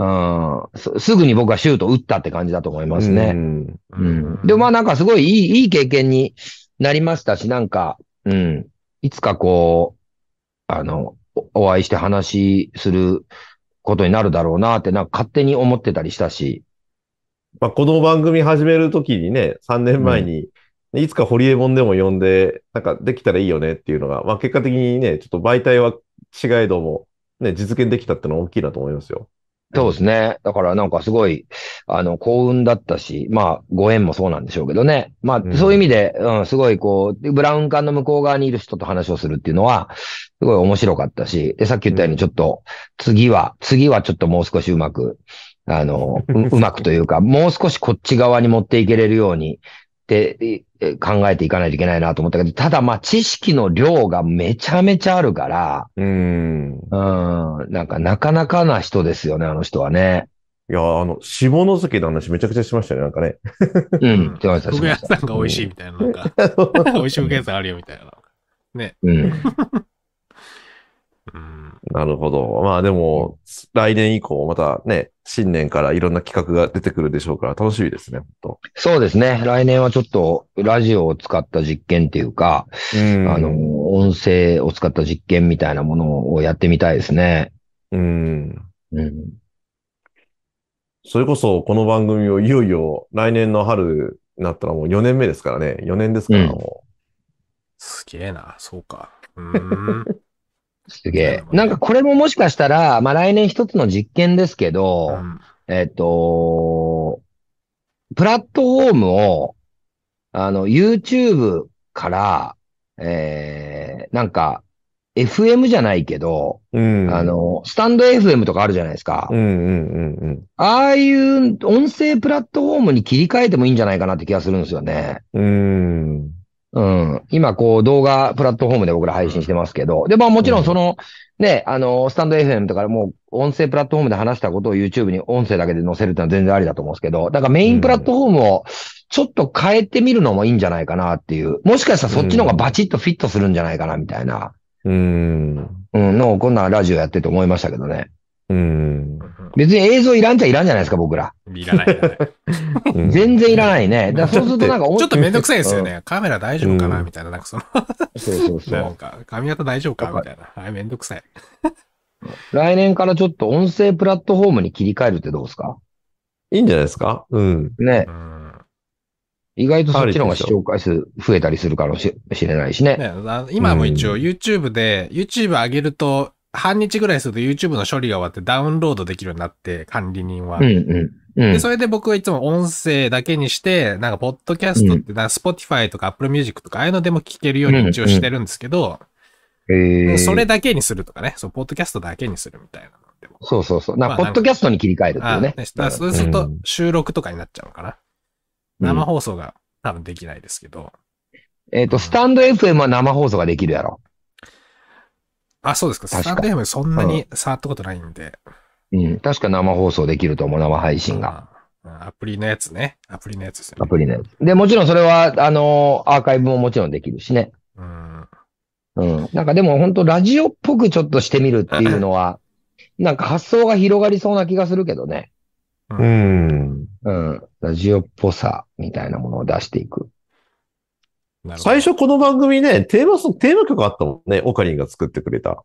す、すぐに僕はシュート打ったって感じだと思いますね。 うん。 うん。でもまあなんかすごいいい、いい経験になりましたし、なんか、うん。いつかこう、あの、おお会いして話することになるだろうなって、なんか勝手に思ってたりしたし。 まあ、この番組始めるときにね、さんねんまえに、いつかホリエモンでも呼んで、なんかできたらいいよねっていうのが、まあ結果的にね、ちょっと媒体は違えども、ね、実現できたってのは大きいなと思いますよ。 そうですね。だからなんかすごい、あの、幸運だったし、まあ、ご縁もそうなんでしょうけどね。まあ、 うんそういう意味で、うん、すごいこう、ブラウン管の向こう側にいる人と話をするっていうのは、すごい面白かったし、で、さっき言ったようにちょっと、次は、次はちょっともう少しうまく、あの、う、うまくというか、もう少しこっち側に持っていけれるように、ってえ考えていかないといけないなと思ったけど、ただまあ知識の量がめちゃめちゃあるから、 うん。 うん、なんかなかなかな人ですよね、あの人はね。 いや、あの、下関の話めちゃくちゃしましたね、なんかね。 う、 うんんしました、しふぐ屋ました。 さんが美味しいみたいな、なんか、美味しいふぐ屋さんあるよみたいな。ね。 うん。 うん。 なるほど。まあでも、来年以降またね、新年からいろんな企画が出てくるでしょうから楽しみですね、本そうですね。来年はちょっとラジオを使った実験っていうか、 当。うん。 あの、音声を使った実験みたいなものをやってみたいですね。 うん。 うん。 それこそ、この番組をいよいよ来年の春になったらもうよねんめですからね。よねんですから、 うんもすげえな、そうか。うーん。 すげえ。なんかこれももしかしたら、まあ来年一つの実験ですけうど、 ん。 えっと、プラットフォームを、あの、YouTube から、えー、なんか、エフエム じゃないけど、 う。うん。 あの、スタンド エフエム とかあるじゃないですか。 うんうんうんああいう音声プラットフォームに切り替えてもいいんじゃないかなって気がするんですよね。 うん。うん。 うん。今、こう、動画プラットフォームで僕ら配信してますけど。で、まあもちろんその、ね、あの、スタンド エフエム とかもう、音声プラットフォームで話したことを YouTube に音声だけで載せるってのは全然ありだと思うんですけど、だからメインプラットフォームをちょっと変えてみるのもいいんじゃないかなっていう。もしかしたらそっちの方がバチッとフィットするんじゃないかなみたいな、 うん。 うん、のをこんなラジオやってて思いましたけどね。 うん。 別に映像いらんちゃいらんじゃないですか、僕ら。 いらないいらない。 うん。 全然いらないね。だからそうするとなんか音、 ちょっとめんどくさいですよね。カメラ大丈夫かなうんみたいな、なんかその、 そうそうそなんう。 か、髪型大丈夫かみたいな。はい、めんどくさい。 来年からちょっと音声プラットフォームに切り替えるってどうですかいいんじゃないですか。うん。 ねう。ん。 意外とそっちの方が視聴回数増えたりするかもしれないしね。 ね、あ今も一応 YouTube で、YouTube 上げると、半日ぐらいすると YouTube の処理が終わってダウンロードできるようになって、管理人は。 うんうん。うんで、それで僕はいつも音声だけにして、なんか、ポッドキャストって、なんか Spotify とか Apple Music とか、ああいうのでも聞けるように一応してるんですけど、 へーそれだけにするとかね、そう、ポッドキャストだけにするみたいなのでも。 そうそうそう。な、 まあポッドキャストに切り替えるっていうね。 あねだからそうするとうん収録とかになっちゃうのかな。 うん生放送が多分できないですけど。 えっと、スタンド エフエム は生放送ができるやろ。 あ、そうですか。 確かスタンド エフエム そんなに触ったことないんで。 うん。確か生放送できると思う、生配信が。 うん。アプリのやつね。アプリのやつですよね。 アプリね。で、もちろんそれは、あのーアーカイブももちろんできるしね。 うん。 うん。なんかでも本当ラジオっぽくちょっとしてみるっていうのは、なんか発想が広がりそうな気がするけどね。 うん。 うん。ラジオっぽさみたいなものを出していく。 なるほど最初この番組ね、テーマソング、テーマ曲あったもんね。オカリンが作ってくれた。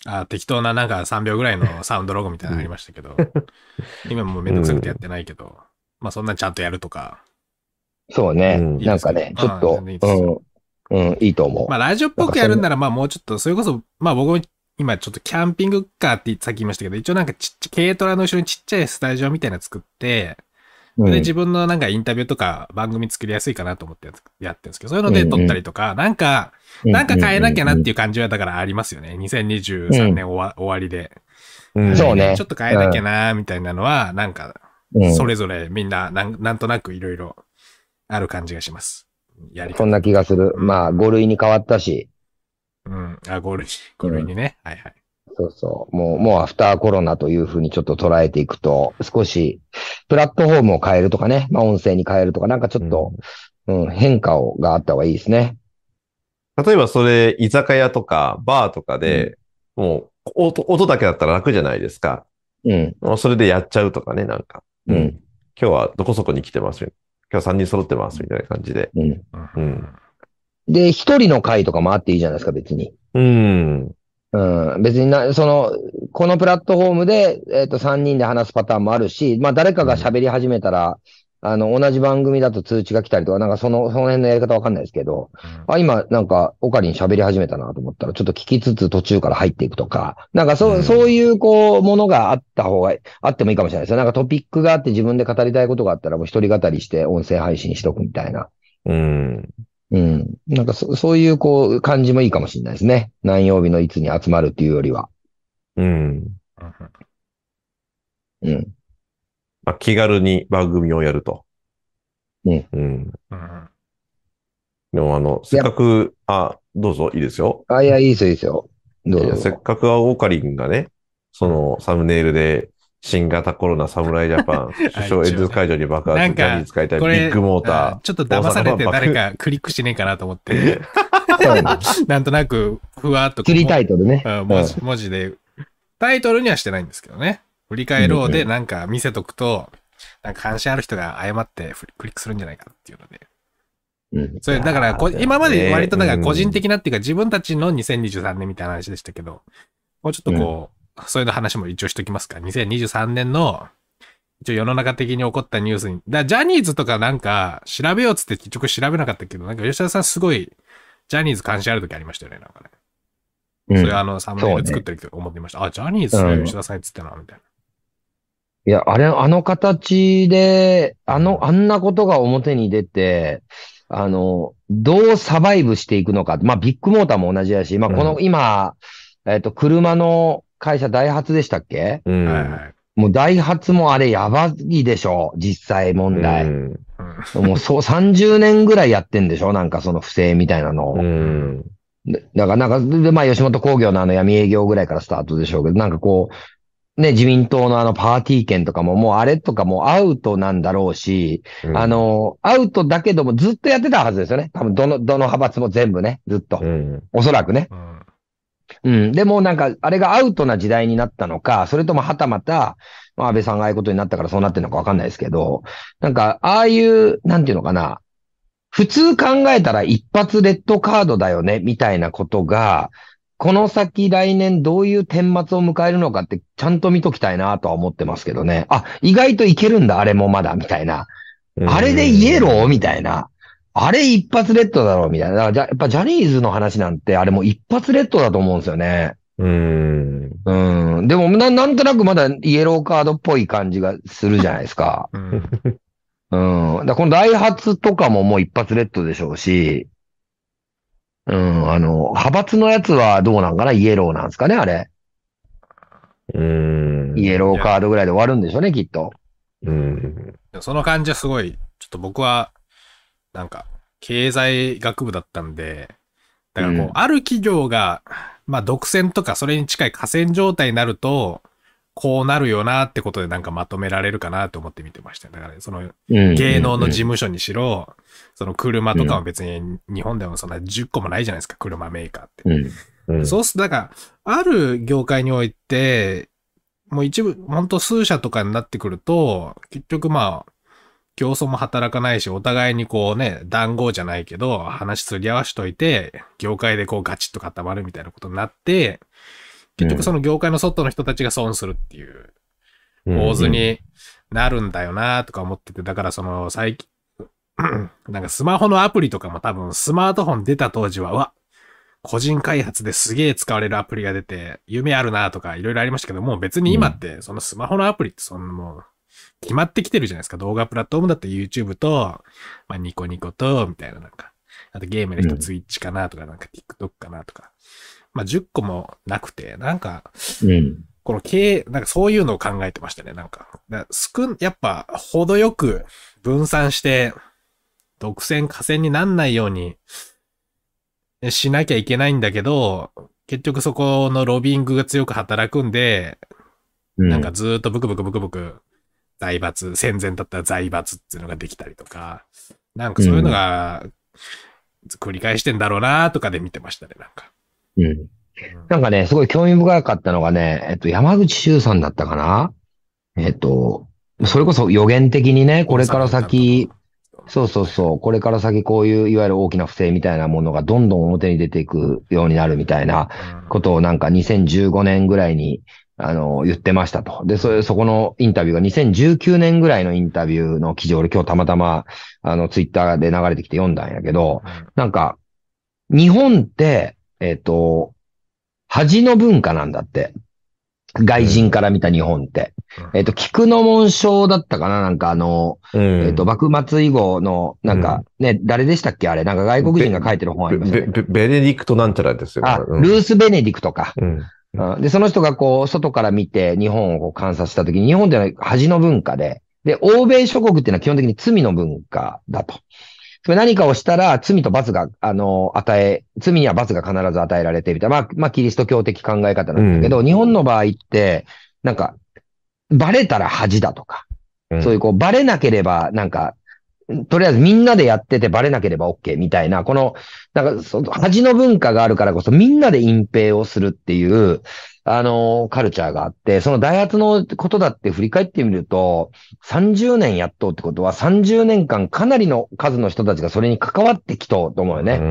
あ、適当ななんかさんびょうぐらいのサウンドロゴみたいなのありましたけど、今もうめんどくさくてやってないけど、まあそんなちゃんとやるとか。 そうね。 うんなんかね、ちょっと、 いいですようん、うん、いいと思う。 まあラジオっぽくやるんならまあもうちょっと、それこそ、まあ僕も今ちょっとキャンピングカーってさっき言いましたけど、一応なんかちっちゃい、軽トラの後ろにちっちゃいスタジオみたいなの作って、 うん、 で自分のなんかインタビューとか番組作りやすいかなと思ってやってるんですけど、そういうので撮ったりとか、うんうん、なんか、なんか変えなきゃなっていう感じはだからありますよね。にせんにじゅうさんねん終わ、うん、終わりで。 うん、そうね。 ちょっと変えなきゃなみたいなのは、なんか、それぞれみんななん、なんとなくいろいろある感じがします。 やり方そんな気がする。うん、まあ、ご類に変わったし。 うん。あ、ご類、ご類にね、うん。はいはい。 そうそう。もう、もうアフターコロナというふうにちょっと捉えていくと、少し、プラットフォームを変えるとかね、まあ音声に変えるとか、なんかちょっと、うん、うん、変化をがあった方がいいですね。 例えばそれ、居酒屋とか、バーとかで、うん、もう音、音だけだったら楽じゃないですか。うん。もうそれでやっちゃうとかね、なんか。うん。今日はどこそこに来てますよ。今日さんにん揃ってます、みたいな感じで。うん。 うん。で、一人の会とかもあっていいじゃないですか、別に。うん。うん。別にな、その、このプラットフォームで、えっと、さんにんで話すパターンもあるし、まあ、誰かが喋り始めたら、うん、あの、同じ番組だと通知が来たりとか、なんかその、その辺のやり方わかんないですけど、うん、あ、今、なんか、オカリン喋り始めたなと思ったら、ちょっと聞きつつ途中から入っていくとか、なんかそう、うん、そういう、こう、ものがあった方が、あってもいいかもしれないですよ。なんかトピックがあって自分で語りたいことがあったら、もう一人語りして音声配信しとくみたいな。うん。うん。なんかそ、そういうこう感じもいいかもしれないですね。何曜日のいつに集まるっていうよりは。うん。 うん。まあ、気軽に番組をやると。うん。うん。でもあの、せっかく、あ、どうぞ、いいですよ。 あ、いや、いいですよ、いいですよ。どうぞ。 せっかくオーカリンがね、そのサムネイルで、新型コロナ侍ジャパン、首相演説会場に爆発、ジャニー使いたいビッグモーター。 ちょっと騙されて誰かクリックしねえかなと思って。なんとなく、ふわっと。 釣りタイトルね。 文字、文字で。タイトルにはしてないんですけどね。振り返ろうでなんか見せとくと、なんか関心ある人が誤ってクリックするんじゃないかっていうので。うん。それ、だからこ、今まで割となんか個人的なっていうか、自分たちのにせんにじゅうさんねんみたいな話でしたけど、もうちょっとこう、うん、そういう話も一応しときますか。にせんにじゅうさんねんの、一応世の中的に起こったニュースに。だジャニーズとかなんか、調べようっつって結局調べなかったけど、なんか吉田さんすごい、ジャニーズ関心ある時ありましたよね、なんかね。うん、それあの、サムネイル作ってる時思ってました。ね、あ、ジャニーズそれ吉田さん言ってたな、みたいな。 いや、あれ、あの形で、あの、あんなことが表に出て、あの、どうサバイブしていくのか。まあ、ビッグモーターも同じだし、まあ、この、うん、今、えっと、車の会社、ダイハツでしたっけ？うん。はいはい。もう、ダイハツもあれ、やばいでしょ、実際問題。うん。もう、そう、さんじゅうねんぐらいやってんでしょ、なんかその不正みたいなのを。うん。だから、なんか、で、まあ、吉本興業のあの闇営業ぐらいからスタートでしょうけど、なんかこう、ね、自民党のあのパーティー券とかももうあれとかもうアウトなんだろうし、うん、あの、アウトだけどもずっとやってたはずですよね。多分どの、どの派閥も全部ね、ずっと。うん、おそらくね、うん。うん。でもなんか、あれがアウトな時代になったのか、それともはたまた、まあ、安倍さんがああいうことになったからそうなってるのかわかんないですけど、なんか、ああいう、なんていうのかな、普通考えたら一発レッドカードだよね、みたいなことが、この先来年どういう顛末を迎えるのかってちゃんと見ときたいなとは思ってますけどね。あ、意外といけるんだ、あれもまだ、みたいな。あれでイエローみたいな。あれ一発レッドだろうみたいな。だからじゃやっぱジャニーズの話なんてあれもう一発レッドだと思うんですよね。うん。うん。でもな、なんとなくまだイエローカードっぽい感じがするじゃないですか。うん。うん。だこのダイハツとかももう一発レッドでしょうし。うん、あの、派閥のやつはどうなんかなイエローなんですかねあれ。うん。イエローカードぐらいで終わるんでしょうね、きっと。 うん。その感じはすごい、ちょっと僕は、なんか、経済学部だったんで、だからこう、うん、ある企業が、まあ、独占とかそれに近い寡占状態になると、こうなるよなってことでなんかまとめられるかなと思って見てました。だからその芸能の事務所にしろ、その車とかも別に日本でもそんなじゅっこもないじゃないですか、車メーカーって。うんうん、そうすると、だから、ある業界において、もう一部、ほんと数社とかになってくると、結局まあ、競争も働かないし、お互いにこうね、談合じゃないけど、話すり合わしといて、業界でこうガチッと固まるみたいなことになって、 結局その業界の外の人たちが損するっていう構図になるんだよなとか思ってて、だからその最近、なんかスマホのアプリとかも多分スマートフォン出た当時は、うわ、個人開発ですげえ使われるアプリが出て、夢あるなとかいろいろありましたけど、もう別に今ってそのスマホのアプリってそんなもう決まってきてるじゃないですか。動画プラットフォームだって YouTube と、まあニコニコと、みたいななんか、あとゲームの人 Twitch かなとか、なんか TikTok かなとか、まあじゅっこもなくて、なんか、 うんこの経営、なんかそういうのを考えてましたね、なんか。だ少ん、やっぱ、程よく分散して、独占、寡占になんないようにしなきゃいけないんだけど、結局そこのロビングが強く働くんで、 うんなんかずーっとブクブクブクブク、財閥、戦前だったら財閥っていうのができたりとか、なんかそういうのが繰り返してんだろうなとかで見てましたね、なんか。 うんなんかね、すごい興味深かったのがね、えっと、山口周さんだったかなえっと、それこそ予言的にね、これから先、そうそうそう、これから先こういういわゆる大きな不正みたいなものがどんどん表に出ていくようになるみたいなことをなんかにせんじゅうごねんぐらいに、あの、言ってましたと。で、それ、そこのインタビューがにせんじゅうきゅうねんぐらいのインタビューの記事を俺今日たまたま、あの、ツイッターで流れてきて読んだんやけど、なんか、日本って、えっと、恥の文化なんだって。外人から見た日本って。 うん、 えっと、菊の紋章だったかななんかあの、 うん、 えっと、幕末以後の、なんかね、うん、誰でしたっけあれなんか外国人が書いてる本ありましたね。 ベ、ベ、ベネディクトなんちゃらですよ。 あ、うん、ルース・ベネディクトか。 うんうん、で、その人がこう、外から見て日本をこう観察したときに、日本ってのは恥の文化で、で、欧米諸国っていうのは基本的に罪の文化だと。それ何かをしたら罪と罰が、あの、与え、罪には罰が必ず与えられてみたいな、まあ、まあ、キリスト教的考え方なんだけど、うん、日本の場合って、なんか、バレたら恥だとか、うん、そういうこう、バレなければ、なんか、とりあえずみんなでやっててバレなければ OK みたいな、この、なんか、その恥の文化があるからこそみんなで隠蔽をするっていう、あの、カルチャーがあって、そのダイハツのことだって振り返ってみると、さんじゅうねんやっとうってことはさんじゅうねんかんかなりの数の人たちがそれに関わってきとうと思うよね。うん、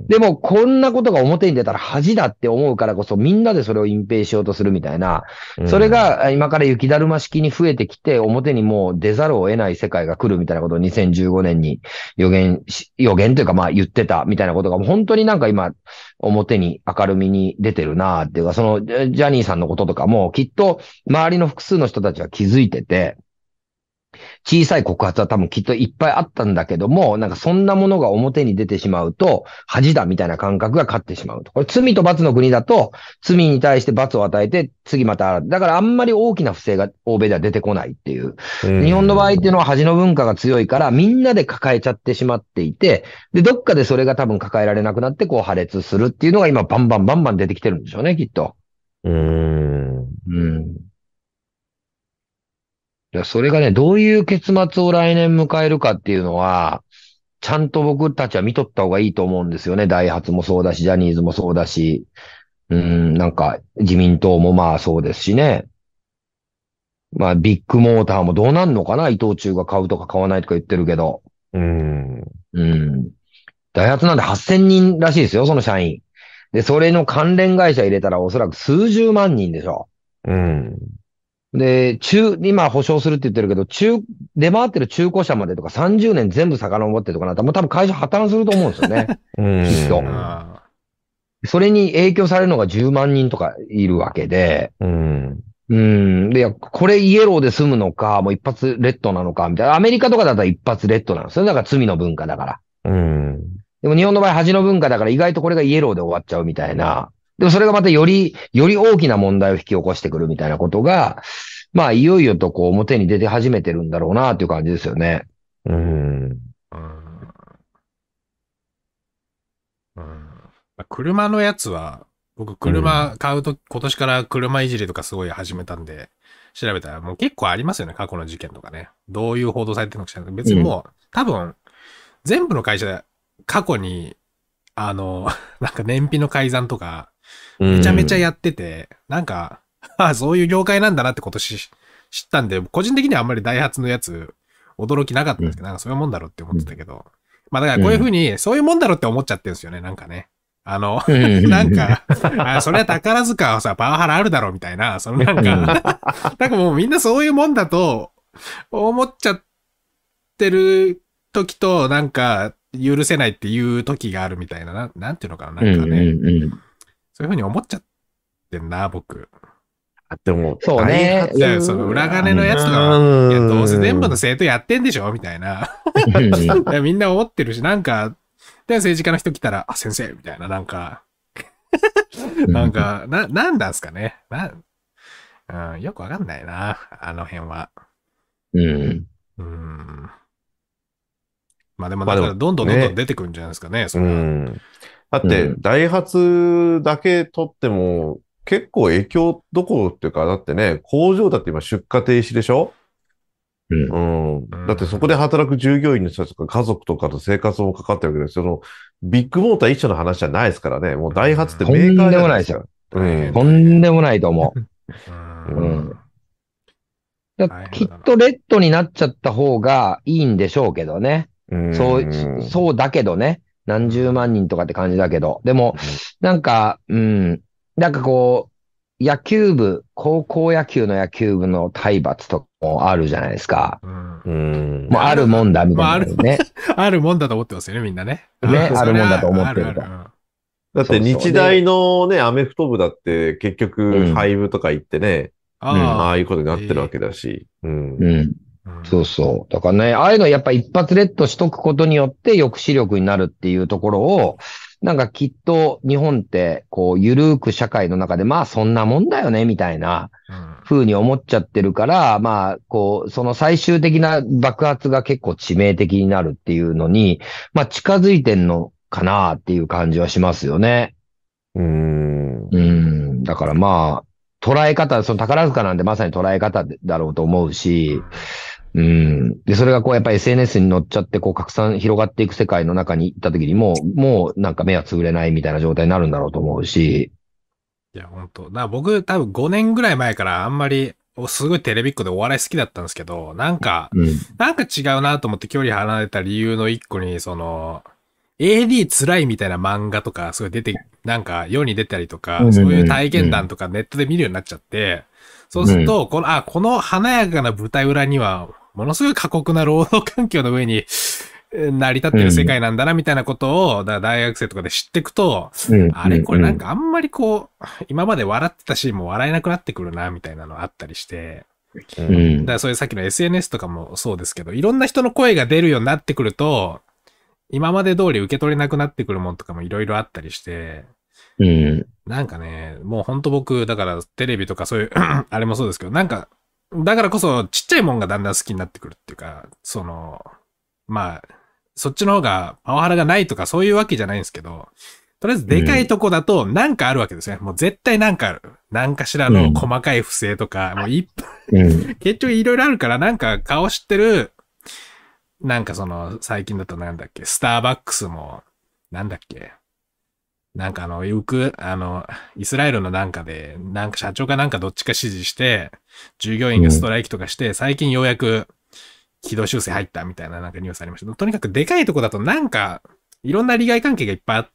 でも、こんなことが表に出たら恥だって思うからこそみんなでそれを隠蔽しようとするみたいな、それが今から雪だるま式に増えてきて、表にもう出ざるを得ない世界が来るみたいなことをにせんじゅうごねんに予言し、予言というかまあ言ってたみたいなことが本当になんか今表に明るみに出てるなーっていうか、そのジャニーさんのこととかもきっと周りの複数の人たちは気づいてて、小さい告発は多分きっといっぱいあったんだけども、なんかそんなものが表に出てしまうと、恥だみたいな感覚が勝ってしまうと。これ罪と罰の国だと、罪に対して罰を与えて、次また、だからあんまり大きな不正が欧米では出てこないっていう。日本の場合っていうのは恥の文化が強いから、みんなで抱えちゃってしまっていて、で、どっかでそれが多分抱えられなくなって、こう破裂するっていうのが今バンバンバンバン出てきてるんでしょうね、きっと。 うーん。 うん。それがね、どういう結末を来年迎えるかっていうのは、ちゃんと僕たちは見とった方がいいと思うんですよね。ダイハツもそうだし、ジャニーズもそうだし、うん、なんか自民党もまあそうですしね。まあビッグモーターもどうなんのかな伊藤忠が買うとか買わないとか言ってるけど。 うん。 うん。ダイハツなんではっせんにんらしいですよ、その社員。で、それの関連会社入れたらおそらく数十万人でしょ。 うん。 で、中、今保証するって言ってるけど、中、出回ってる中古車までとかさんじゅうねん全部遡ってとかなったら、もう多分会社破綻すると思うんですよね。きっと。それに影響されるのがじゅうまんにんとかいるわけで、 うん。 うん。で、これイエローで済むのか、もう一発レッドなのか、みたいな。アメリカとかだったら一発レッドなんですよ。だから罪の文化だから。 うん。 でも日本の場合恥の文化だから意外とこれがイエローで終わっちゃうみたいな。でもそれがまたより、より大きな問題を引き起こしてくるみたいなことが、まあ、いよいよとこう表に出て始めてるんだろうなっていう感じですよね。 うん。 うんうん、車のやつは、僕車買うと、うん、今年から車いじりとかすごい始めたんで、調べたらもう結構ありますよね、過去の事件とかね。どういう報道されてるのか知らない。別にもう、うん、多分、全部の会社で過去に、あの、なんか燃費の改ざんとか、めちゃめちゃやってて、うん、なんか、ああ、そういう業界なんだなって今年知ったんで、個人的にはあんまりダイハツのやつ、驚きなかったんですけど、うん、なんかそういうもんだろうって思ってたけど、まあだからこういう風に、そういうもんだろうって思っちゃってるんですよね、なんかね。 あの、 うんなんか、あ、それは宝塚はさ、パワハラあるだろうみたいな、そのなんか、なんかもうみんなそういうもんだと思っちゃってる時と、なんか、許せないっていう時があるみたいな、ななんていうのかな、なんかね、 うんうんうん、 そういうふうに思っちゃってんな、僕。 でも、 そうね。 いや、その裏金のやつとかは、いや、どうせ全部の生徒やってんでしょみたいな。いや、みんな思ってるし、なんか、で、政治家の人来たら、あ、先生みたいな、なんか、なんか、な、なんなんすかね。な、うん、よくわかんないな、あの辺は。 うん。 うん。まあでも、 まあでもだから、どんどんどんどんね出てくるんじゃないですかね、そうれは。 ん。だって、 うんダイハツだけ取っても、結構影響どころっていうか、だってね、工場だって今出荷停止でしょ？ うん。 うん。だってそこで働く従業員の人たちとか家族とかと生活もかかってるわけですよ。その、ビッグモーター一緒の話じゃないですからね。もうダイハツってメーカーじゃないですか。 とんでもないですようん。 とんでもないと思う。 う。うんん。だ大変だなきっとレッドになっちゃった方がいいんでしょうけどね。 うん。 そう、そそうだけどね。何十万人とかって感じだけど。でも、なんか、うん、なんかこう、野球部、高校野球の野球部の体罰とかもあるじゃないですか。 うんう。ん。 もうあるもんだみたいなね。 あるもんだと思ってますよね、みんなね。 ねああるもんだと思ってるとあるあるだって日大のね、アメフト部だって結局、 うん廃部とか言ってね、 ああああいうことになってるわけだし。うん。 うん。 うんそうそう。だからね、ああいうのやっぱ一発レッドしとくことによって抑止力になるっていうところを、なんかきっと日本ってこう、ゆるく社会の中でまあそんなもんだよね、みたいなうん風に思っちゃってるから、まあこう、その最終的な爆発が結構致命的になるっていうのに、まあ近づいてんのかなっていう感じはしますよね。 うーん。 うん。だからまあ、捉え方、その宝塚なんてまさに捉え方だろうと思うし、うん。で、それがこうやっぱり エスエヌエス に乗っちゃってこう拡散広がっていく世界の中に行った時にもう、もうなんか目はつぶれないみたいな状態になるんだろうと思うし。 いや、本当だから僕多分ごねんぐらい前からあんまり、おすごいテレビっ子でお笑い好きだったんですけど、なんか、 うん。 なんか違うなと思って距離離れた理由の一個に、その、エーディー 辛いみたいな漫画とか、すごい出て、なんか世に出たりとか、 うんそういう体験談とかネットで見るようになっちゃって、そうすると、この、あ、この華やかな舞台裏には、ものすごい過酷な労働環境の上にえー成り立ってる世界なんだな、みたいなことを、だから大学生とかで知っていくと、 うんあれこれなんかあんまりこう、今まで笑ってたシーンも笑えなくなってくるな、みたいなのあったりして、 う。 うんん。 だからそういうさっきの エスエヌエス とかもそうですけど、いろんな人の声が出るようになってくると、今まで通り受け取れなくなってくるもんとかもいろいろあったりして、 うん。 なんかね、もうほんと僕、だからテレビとかそういうあれもそうですけど、なんか、だからこそちっちゃいもんがだんだん好きになってくるっていうか、その、まあ、そっちの方がパワハラがないとかそういうわけじゃないんですけど、とりあえずでかいとこだとなんかあるわけですね。もう絶対なんかある。なんかしらの細かい不正とか、もういっぱい、 うん。 結局いろいろあるからなんか顔知ってる、なんかその最近だとなんだっけ、スターバックスも、なんだっけ、なんかあの、よく、あの、イスラエルのなんかで、なんか社長かなんかどっちか指示して、従業員がストライキとかして、最近ようやく軌道修正入ったみたいななんかニュースありました。とにかくでかいとこだとなんか、いろんな利害関係がいっぱいあって、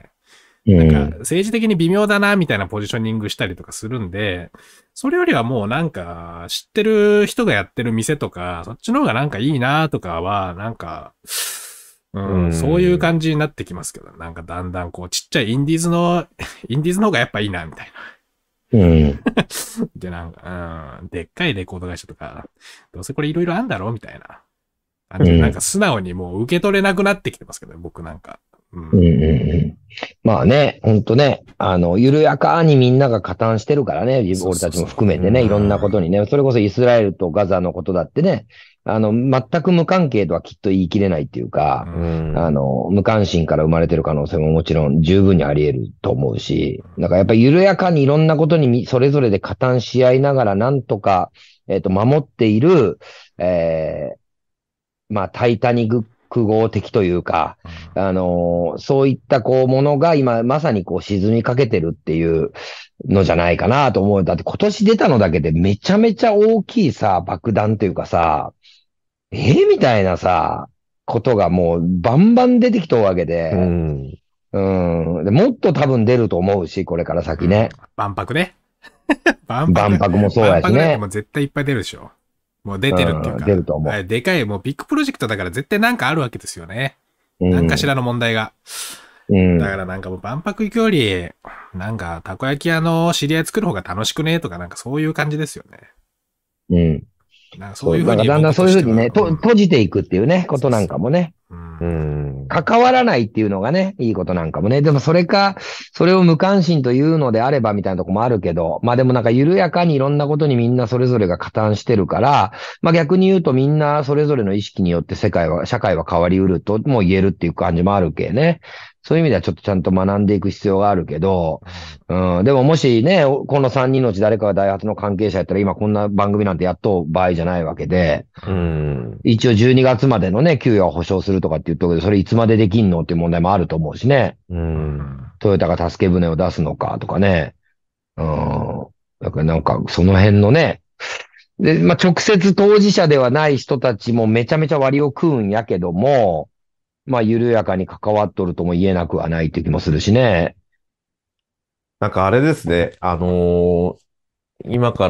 うん。 なんか政治的に微妙だなみたいなポジショニングしたりとかするんで、それよりはもうなんか知ってる人がやってる店とか、そっちの方がなんかいいなとかは、なんか、うんうんそういう感じになってきますけど、なんかだんだんこうちっちゃいインディーズの、インディーズの方がやっぱいいなみたいな。 うん。 で、なんか、うん、でっかいレコード会社とか、どうせこれいろいろあんだろうみたいな感じで、 うんなんか素直にもう受け取れなくなってきてますけどね、僕なんか。うんうんうんうん。まあね、ほんとね、あの、緩やかにみんなが加担してるからね、自分俺たちも含めてね、 うんいろんなことにね、それこそイスラエルとガザのことだってね、あの、全く無関係とはきっと言い切れないっていうか、 うん。 あの、無関心から生まれてる可能性ももちろん十分にあり得ると思うし、だからやっぱり緩やかにいろんなことにみそれぞれで加担し合いながらなんとか、えっと、守っている、えー、まあ、タイタニック号的というか、あのーそういったこうものが今まさにこう沈みかけてるっていうのじゃないかなと思う。だって今年出たのだけでめちゃめちゃ大きいさ、爆弾というかさ、えー、みたいなさ、ことがもうバンバン出てきたわけで、 うん。 うん。でもっと多分出ると思うし、これから先ね。 万博ね。万万博もそうやし万博なんてね。 もう絶対いっぱい出るでしょ。もう出てるっていううん、 か、 出ると思あれでかい、もうビッグプロジェクトだから絶対なんかあるわけですよね。 う。うん。 なんかしらの問題が。 うん。 だからなんかもう万博行くより、なんかたこ焼き屋の知り合い作る方が楽しくねとかなんかそういう感じですよね。 うん。 なんかそそうう。 いうふうにだからだんだんそういうふうにね、と、 僕としては閉じていくっていうね、ことなんかもね。 うんう。ん。 関わらないっていうのがね、いいことなんかもね。でもそれか、それを無関心というのであればみたいなとこもあるけど、まあでもなんか緩やかにいろんなことにみんなそれぞれが加担してるから、まあ逆に言うとみんなそれぞれの意識によって世界は、社会は変わりうるとも言えるっていう感じもあるけね。そういう意味ではちょっとちゃんと学んでいく必要があるけど、うん、でももしね、このさんにんのうち誰かがダイハツの関係者やったら今こんな番組なんてやっとう場合じゃないわけで、 うん。 一応じゅうにがつまでのね、給与を保証するとかって言ったけど、それいつまでできんのっていう問題もあると思うしね。 う。 うんん。 トヨタが助け舟を出すのかとかね。うん。だからなんかその辺のね。で、まあ、直接当事者ではない人たちもめちゃめちゃ割を食うんやけども、まあ、緩やかに関わっとるとも言えなくはないっていう気もするしね。 なんかあれですね。あのー今から、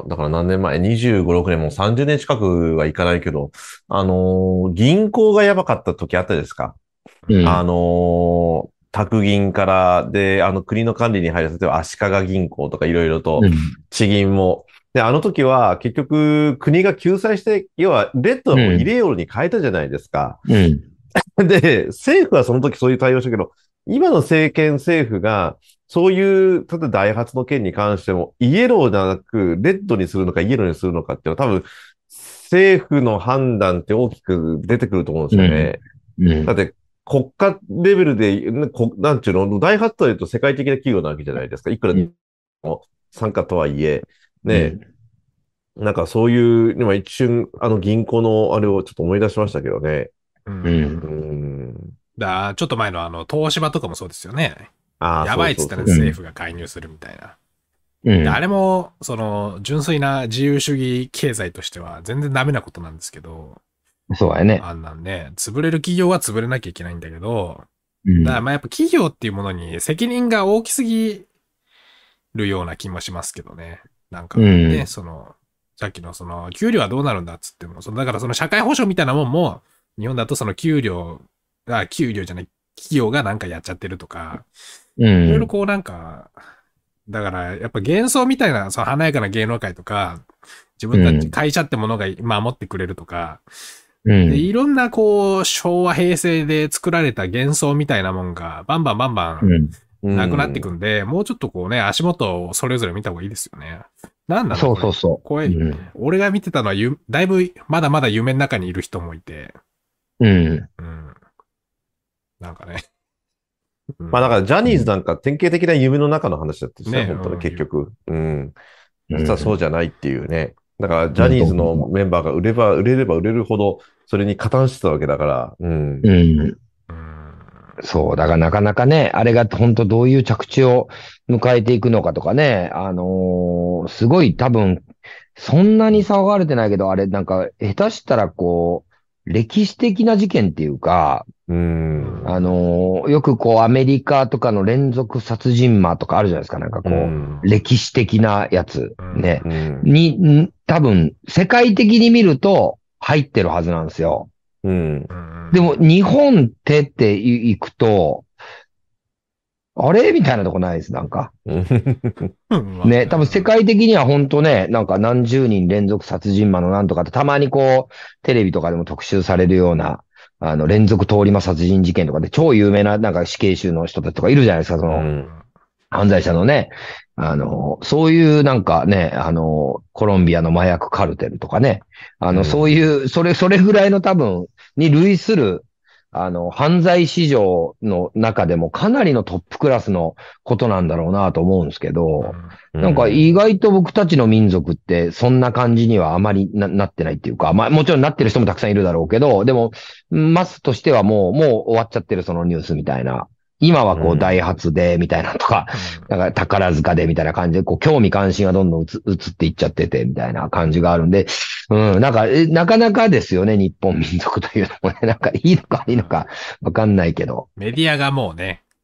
だから何年前 ?にじゅうご、ろくねんもうさんじゅうねん近くはいかないけど、あのー銀行がやばかった時あったですか？あうん。 のー宅銀から、で、あの国の管理に入る、例えば足利銀行とかいろいろと、 うん。 地銀も。で、あの時は結局国が救済して、要はレッドはもう入れように変えたじゃないですか。 うん。 で、政府はその時そういう対応したけど、今の政権政府が、そういう、例えばダイハツの件に関しても、イエローじゃなく、レッドにするのか、イエローにするのかっていうのは、多分、政府の判断って大きく出てくると思うんですよね。 うん。 だって、国家レベルで、ねこなんちゅうの、ダイハツというと世界的な企業なわけじゃないですか。いくらうん参加とはいえ、ね、なんかそういう、今一瞬、あの銀行のあれをちょっと思い出しましたけどね。 う。 うん。 うんん。 だちょっと前のあの、東芝とかもそうですよね。 ああ、 やばいっつったらそうそうそう政府が介入するみたいな。 うん。 であれも、その、純粋な自由主義経済としては全然ダメなことなんですけど、 そうやね。 あんなんね、潰れる企業は潰れなきゃいけないんだけど、 うん。 だからまあやっぱ企業っていうものに責任が大きすぎるような気もしますけどね。なんかね、 うんその、さっきのその、給料はどうなるんだっつっても、そのだからその社会保障みたいなもんも、日本だとその給料が、給料じゃない、企業がなんかやっちゃってるとか、 ういろいろん。 こうなんか、だからやっぱ幻想みたいな、その華やかな芸能界とか、自分たち会社ってものが守ってくれるとか、 うん。 でいろんなこう、昭和平成で作られた幻想みたいなもんが、バンバンバンバンうん。 うんなくなっていくんで、もうちょっとこうね、足元をそれぞれ見た方がいいですよね。なんなのそうそうそう。 これ、 うん。 俺が見てたのはゆ、だいぶ、まだまだ夢の中にいる人もいて、 うん。 うん。なんかね。うんまあだからジャニーズなんか典型的な夢の中の話だったしね、 ね本当にうん結局。うん。 うん実はそうじゃないっていうね。だからジャニーズのメンバーが売れば、売れれば売れるほど、それに加担してたわけだから。うん。 うん。 うんそう。だからなかなかね、あれが本当どういう着地を迎えていくのかとかね、あのーすごい多分、そんなに騒がれてないけど、あれなんか、下手したらこう、歴史的な事件っていうか、 うん。 あのーよくこう、アメリカとかの連続殺人魔とかあるじゃないですか。なんかこう、 うん歴史的なやつ。ね。 うん。 に、ん多分、世界的に見ると入ってるはずなんですよ。 うん。 うんでも、日本ってってい行くと、あれみたいなとこないです、なんか。 うんね、多分世界的には本当ね、なんか何十人連続殺人魔のなんとかって、たまにこう、テレビとかでも特集されるような、あの、連続通り魔殺人事件とかで超有名ななんか死刑囚の人たちとかいるじゃないですか、その、 うん犯罪者のね。あの、そういうなんかね、あの、コロンビアの麻薬カルテルとかね。あの、 うんそういう、それ、それぐらいの多分、に類する、あの、犯罪市場の中でもかなりのトップクラスのことなんだろうなと思うんですけど、なんか意外と僕たちの民族ってそんな感じにはあまりな、なってないっていうか、まあもちろんなってる人もたくさんいるだろうけど、でも、マスとしてはもう、もう終わっちゃってるそのニュースみたいな。今はこううんダイハツで、みたいなとか、なんか宝塚でみたいな感じで、こう、興味関心がどんどん移移っていっちゃってて、みたいな感じがあるんで、うん、なんか、えなかなかですよね、日本民族というのもね。なんかいいのかいいのかわかんないけど。 メディアがもうね、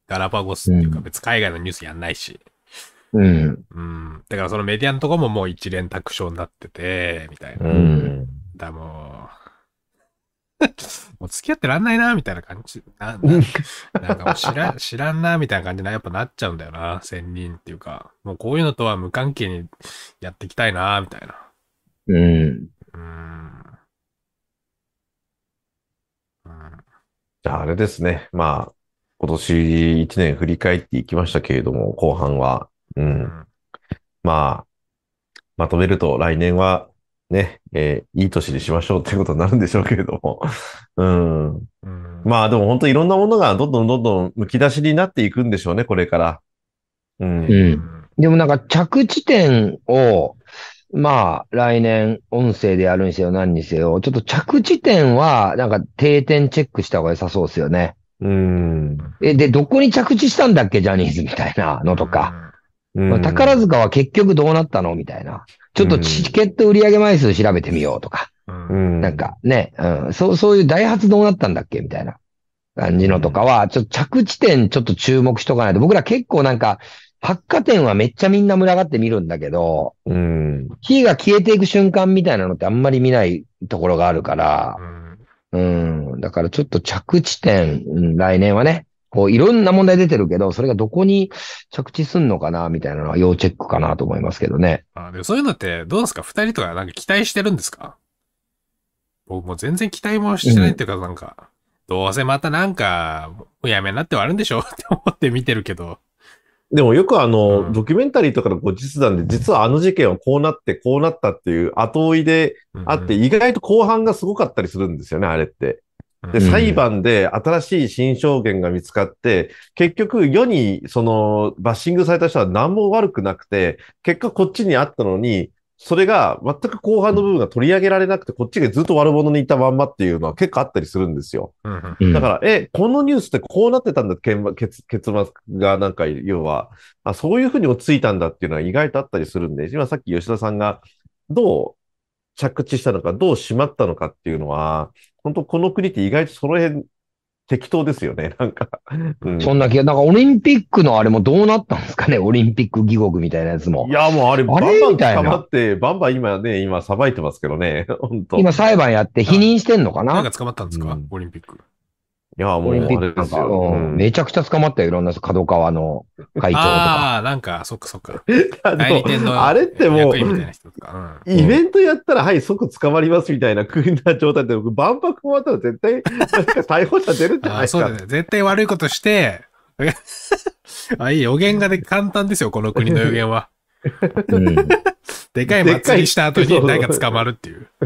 ガラパゴスっていうか別に海外のニュースやんないし。 うん。 うん。だからそのメディアのとこももう一連卓章になってて、みたいな。 ううんん。 だもう、もう付き合ってらんないな、みたいな感じ。な、な、なんかもう知ら、知らんな、みたいな感じにやっぱなっちゃうんだよな、専任っていうか。もうこういうのとは無関係にやっていきたいな、みたいな。 うん。 うん。うん。 じゃああれですね。まあ、今年一年振り返っていきましたけれども、後半は。う。 うんん。 まあ、まとめると来年はね、えーいい年にしましょうっていうことになるんでしょうけれども。うん。 うん。 まあでも本当いろんなものがどんどんどんどん剥き出しになっていくんでしょうね、これから。う。 うんん。でもなんか着地点を、まあ、来年音声でやるにせよ何にせよ、ちょっと着地点は、なんか定点チェックした方が良さそうですよね。 うん。 え、で、どこに着地したんだっけ、ジャニーズみたいなのとか。 うんまあ、宝塚は結局どうなったのみたいな。ちょっとチケット売上枚数調べてみようとか。 うん。 ううん。 ん。 なんかね、うん、そう、そういうダイハツどうなったんだっけみたいな感じのとかは、ちょっと着地点ちょっと注目しとかないと。僕ら結構なんか、百貨店はめっちゃみんな群がって見るんだけど、 うん。 火が消えていく瞬間みたいなのってあんまり見ないところがあるから、 うん。 うん、だからちょっと着地点、うん、来年はね、こういろんな問題出てるけど、それがどこに着地すんのかな、みたいなのは要チェックかなと思いますけどね。 あ、でもそういうのってどうですか？二人とかなんか期待してるんですか？僕もう全然期待もしてないっていうか、なんか、どうせまたなんか、もうやめになってはあるんでしょって思って見てるけど。 でもよくあの、 うんドキュメンタリーとかの後日談で、実はあの事件はこうなってこうなったっていう後追いであって、 うん意外と後半がすごかったりするんですよね、あれって。で、 うん裁判で新しい新証言が見つかって、結局世にそのバッシングされた人は何も悪くなくて、結果こっちにあったのに、それが全く後半の部分が取り上げられなくて、こっちがずっと悪者にいたまんまっていうのは結構あったりするんですよ。 うんうんうんだから、え、このニュースってこうなってたんだ、結結結末がなんか、要は、あ、そういうふうに落ち着いたんだっていうのは意外とあったりするんで、今さっき吉田さんがどう着地したのか、どう締まったのかっていうのは、本当この国って意外とその辺適当ですよね、なんか。うん、 そんな気が、なんかオリンピックのあれもどうなったんですかね、オリンピック疑惑みたいなやつもい。や、もうあれ、バあれンバンみたいな捕まって、バンバン今ね、今さばいてますけどね、本当。 今裁判やって否認してんのかな。 なんか捕まったんですか、 うんオリンピック。 いや、もうオリンピあれックなんか、 ですよ。 ううんんめちゃくちゃ捕まったよ、いろんな角川の会長とか。 ああ、なんか、そっかそっか。 あ代理店ののあれってもう役員みたいな人とか。うん。 イベントやったら、はい、即捕まりますみたいな風な状態で、万博終わったら絶対、なんか逮捕者出るんじゃないか。 ああ、そうだね。絶対悪いことして、あ、いい、予言がで簡単ですよ、この国の予言は。 うんでかい祭りした後にでかい誰か捕まるっていう。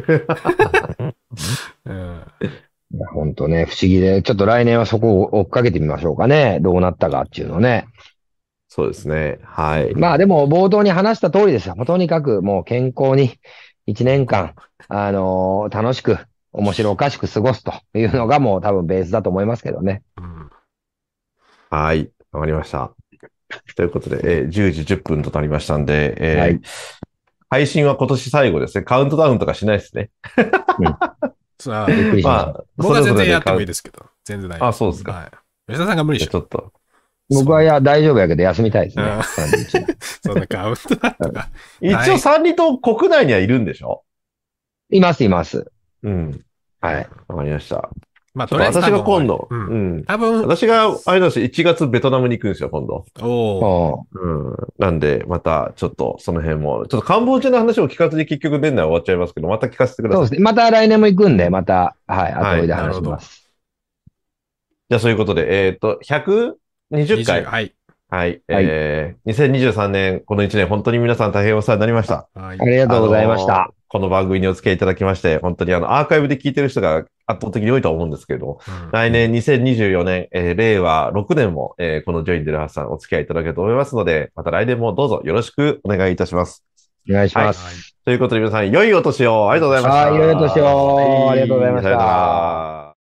うんいや、ほんとね、不思議で、ちょっと来年はそこを追っかけてみましょうかね。どうなったかっていうのね。 そうですね。はい。 まあでも、冒頭に話した通りですよ。とにかくもう健康に一年間、あのー楽しく、面白おかしく過ごすというのがもう多分ベースだと思いますけどね。 うんはい。わかりました。ということで、えーじゅうじじゅっぷんとなりましたんで、えーはい配信は今年最後ですね。カウントダウンとかしないですね。 さあ、 びっくりしました。 まあ、 僕は全然やってもいいでですけど。全然大あそうですかはい。吉田さんが無理しょ。 ちょっと。 僕はいや、大丈夫やけど休みたいですねうん。 さんじゅういちそんなカウントダウンとか。 一応三人と国内にはいるんでしょ？ います、います。 うん。 はい。 わかりました。 まあ、 ちょっと私が今度、 う。 うんん。 多分、 私が、あれなんですよ、いちがつベトナムに行くんですよ、今度。 おお。 おうん。なんで、また、ちょっと、その辺も、ちょっとカンボジアの話を聞かずに結局年内終わっちゃいますけど、また聞かせてください。 そうですね。また来年も行くんで、また、はい、後追いではい話します。 じゃあ、そういうことで、えっと、ひゃくにじゅっかい。 はい。 はい。えー、にせんにじゅうさんねん、このいちねん、本当に皆さん大変お世話になりました。 はいあ。りがとうございましあのたー。この番組にお付き合いいただきまして、本当にあの、アーカイブで聞いてる人が圧倒的に多いと思うんですけれども、 うん来年にせんにじゅうよねん、えー、令和ろくねんも、えー、このジョインデルハさんお付き合いいただけると思いますので、また来年もどうぞよろしくお願いいたします。 お願いしまはいす。 ということで皆さん、良いお年をありがとうございました。 はい良いお年をはいありがとうございましたさよなら。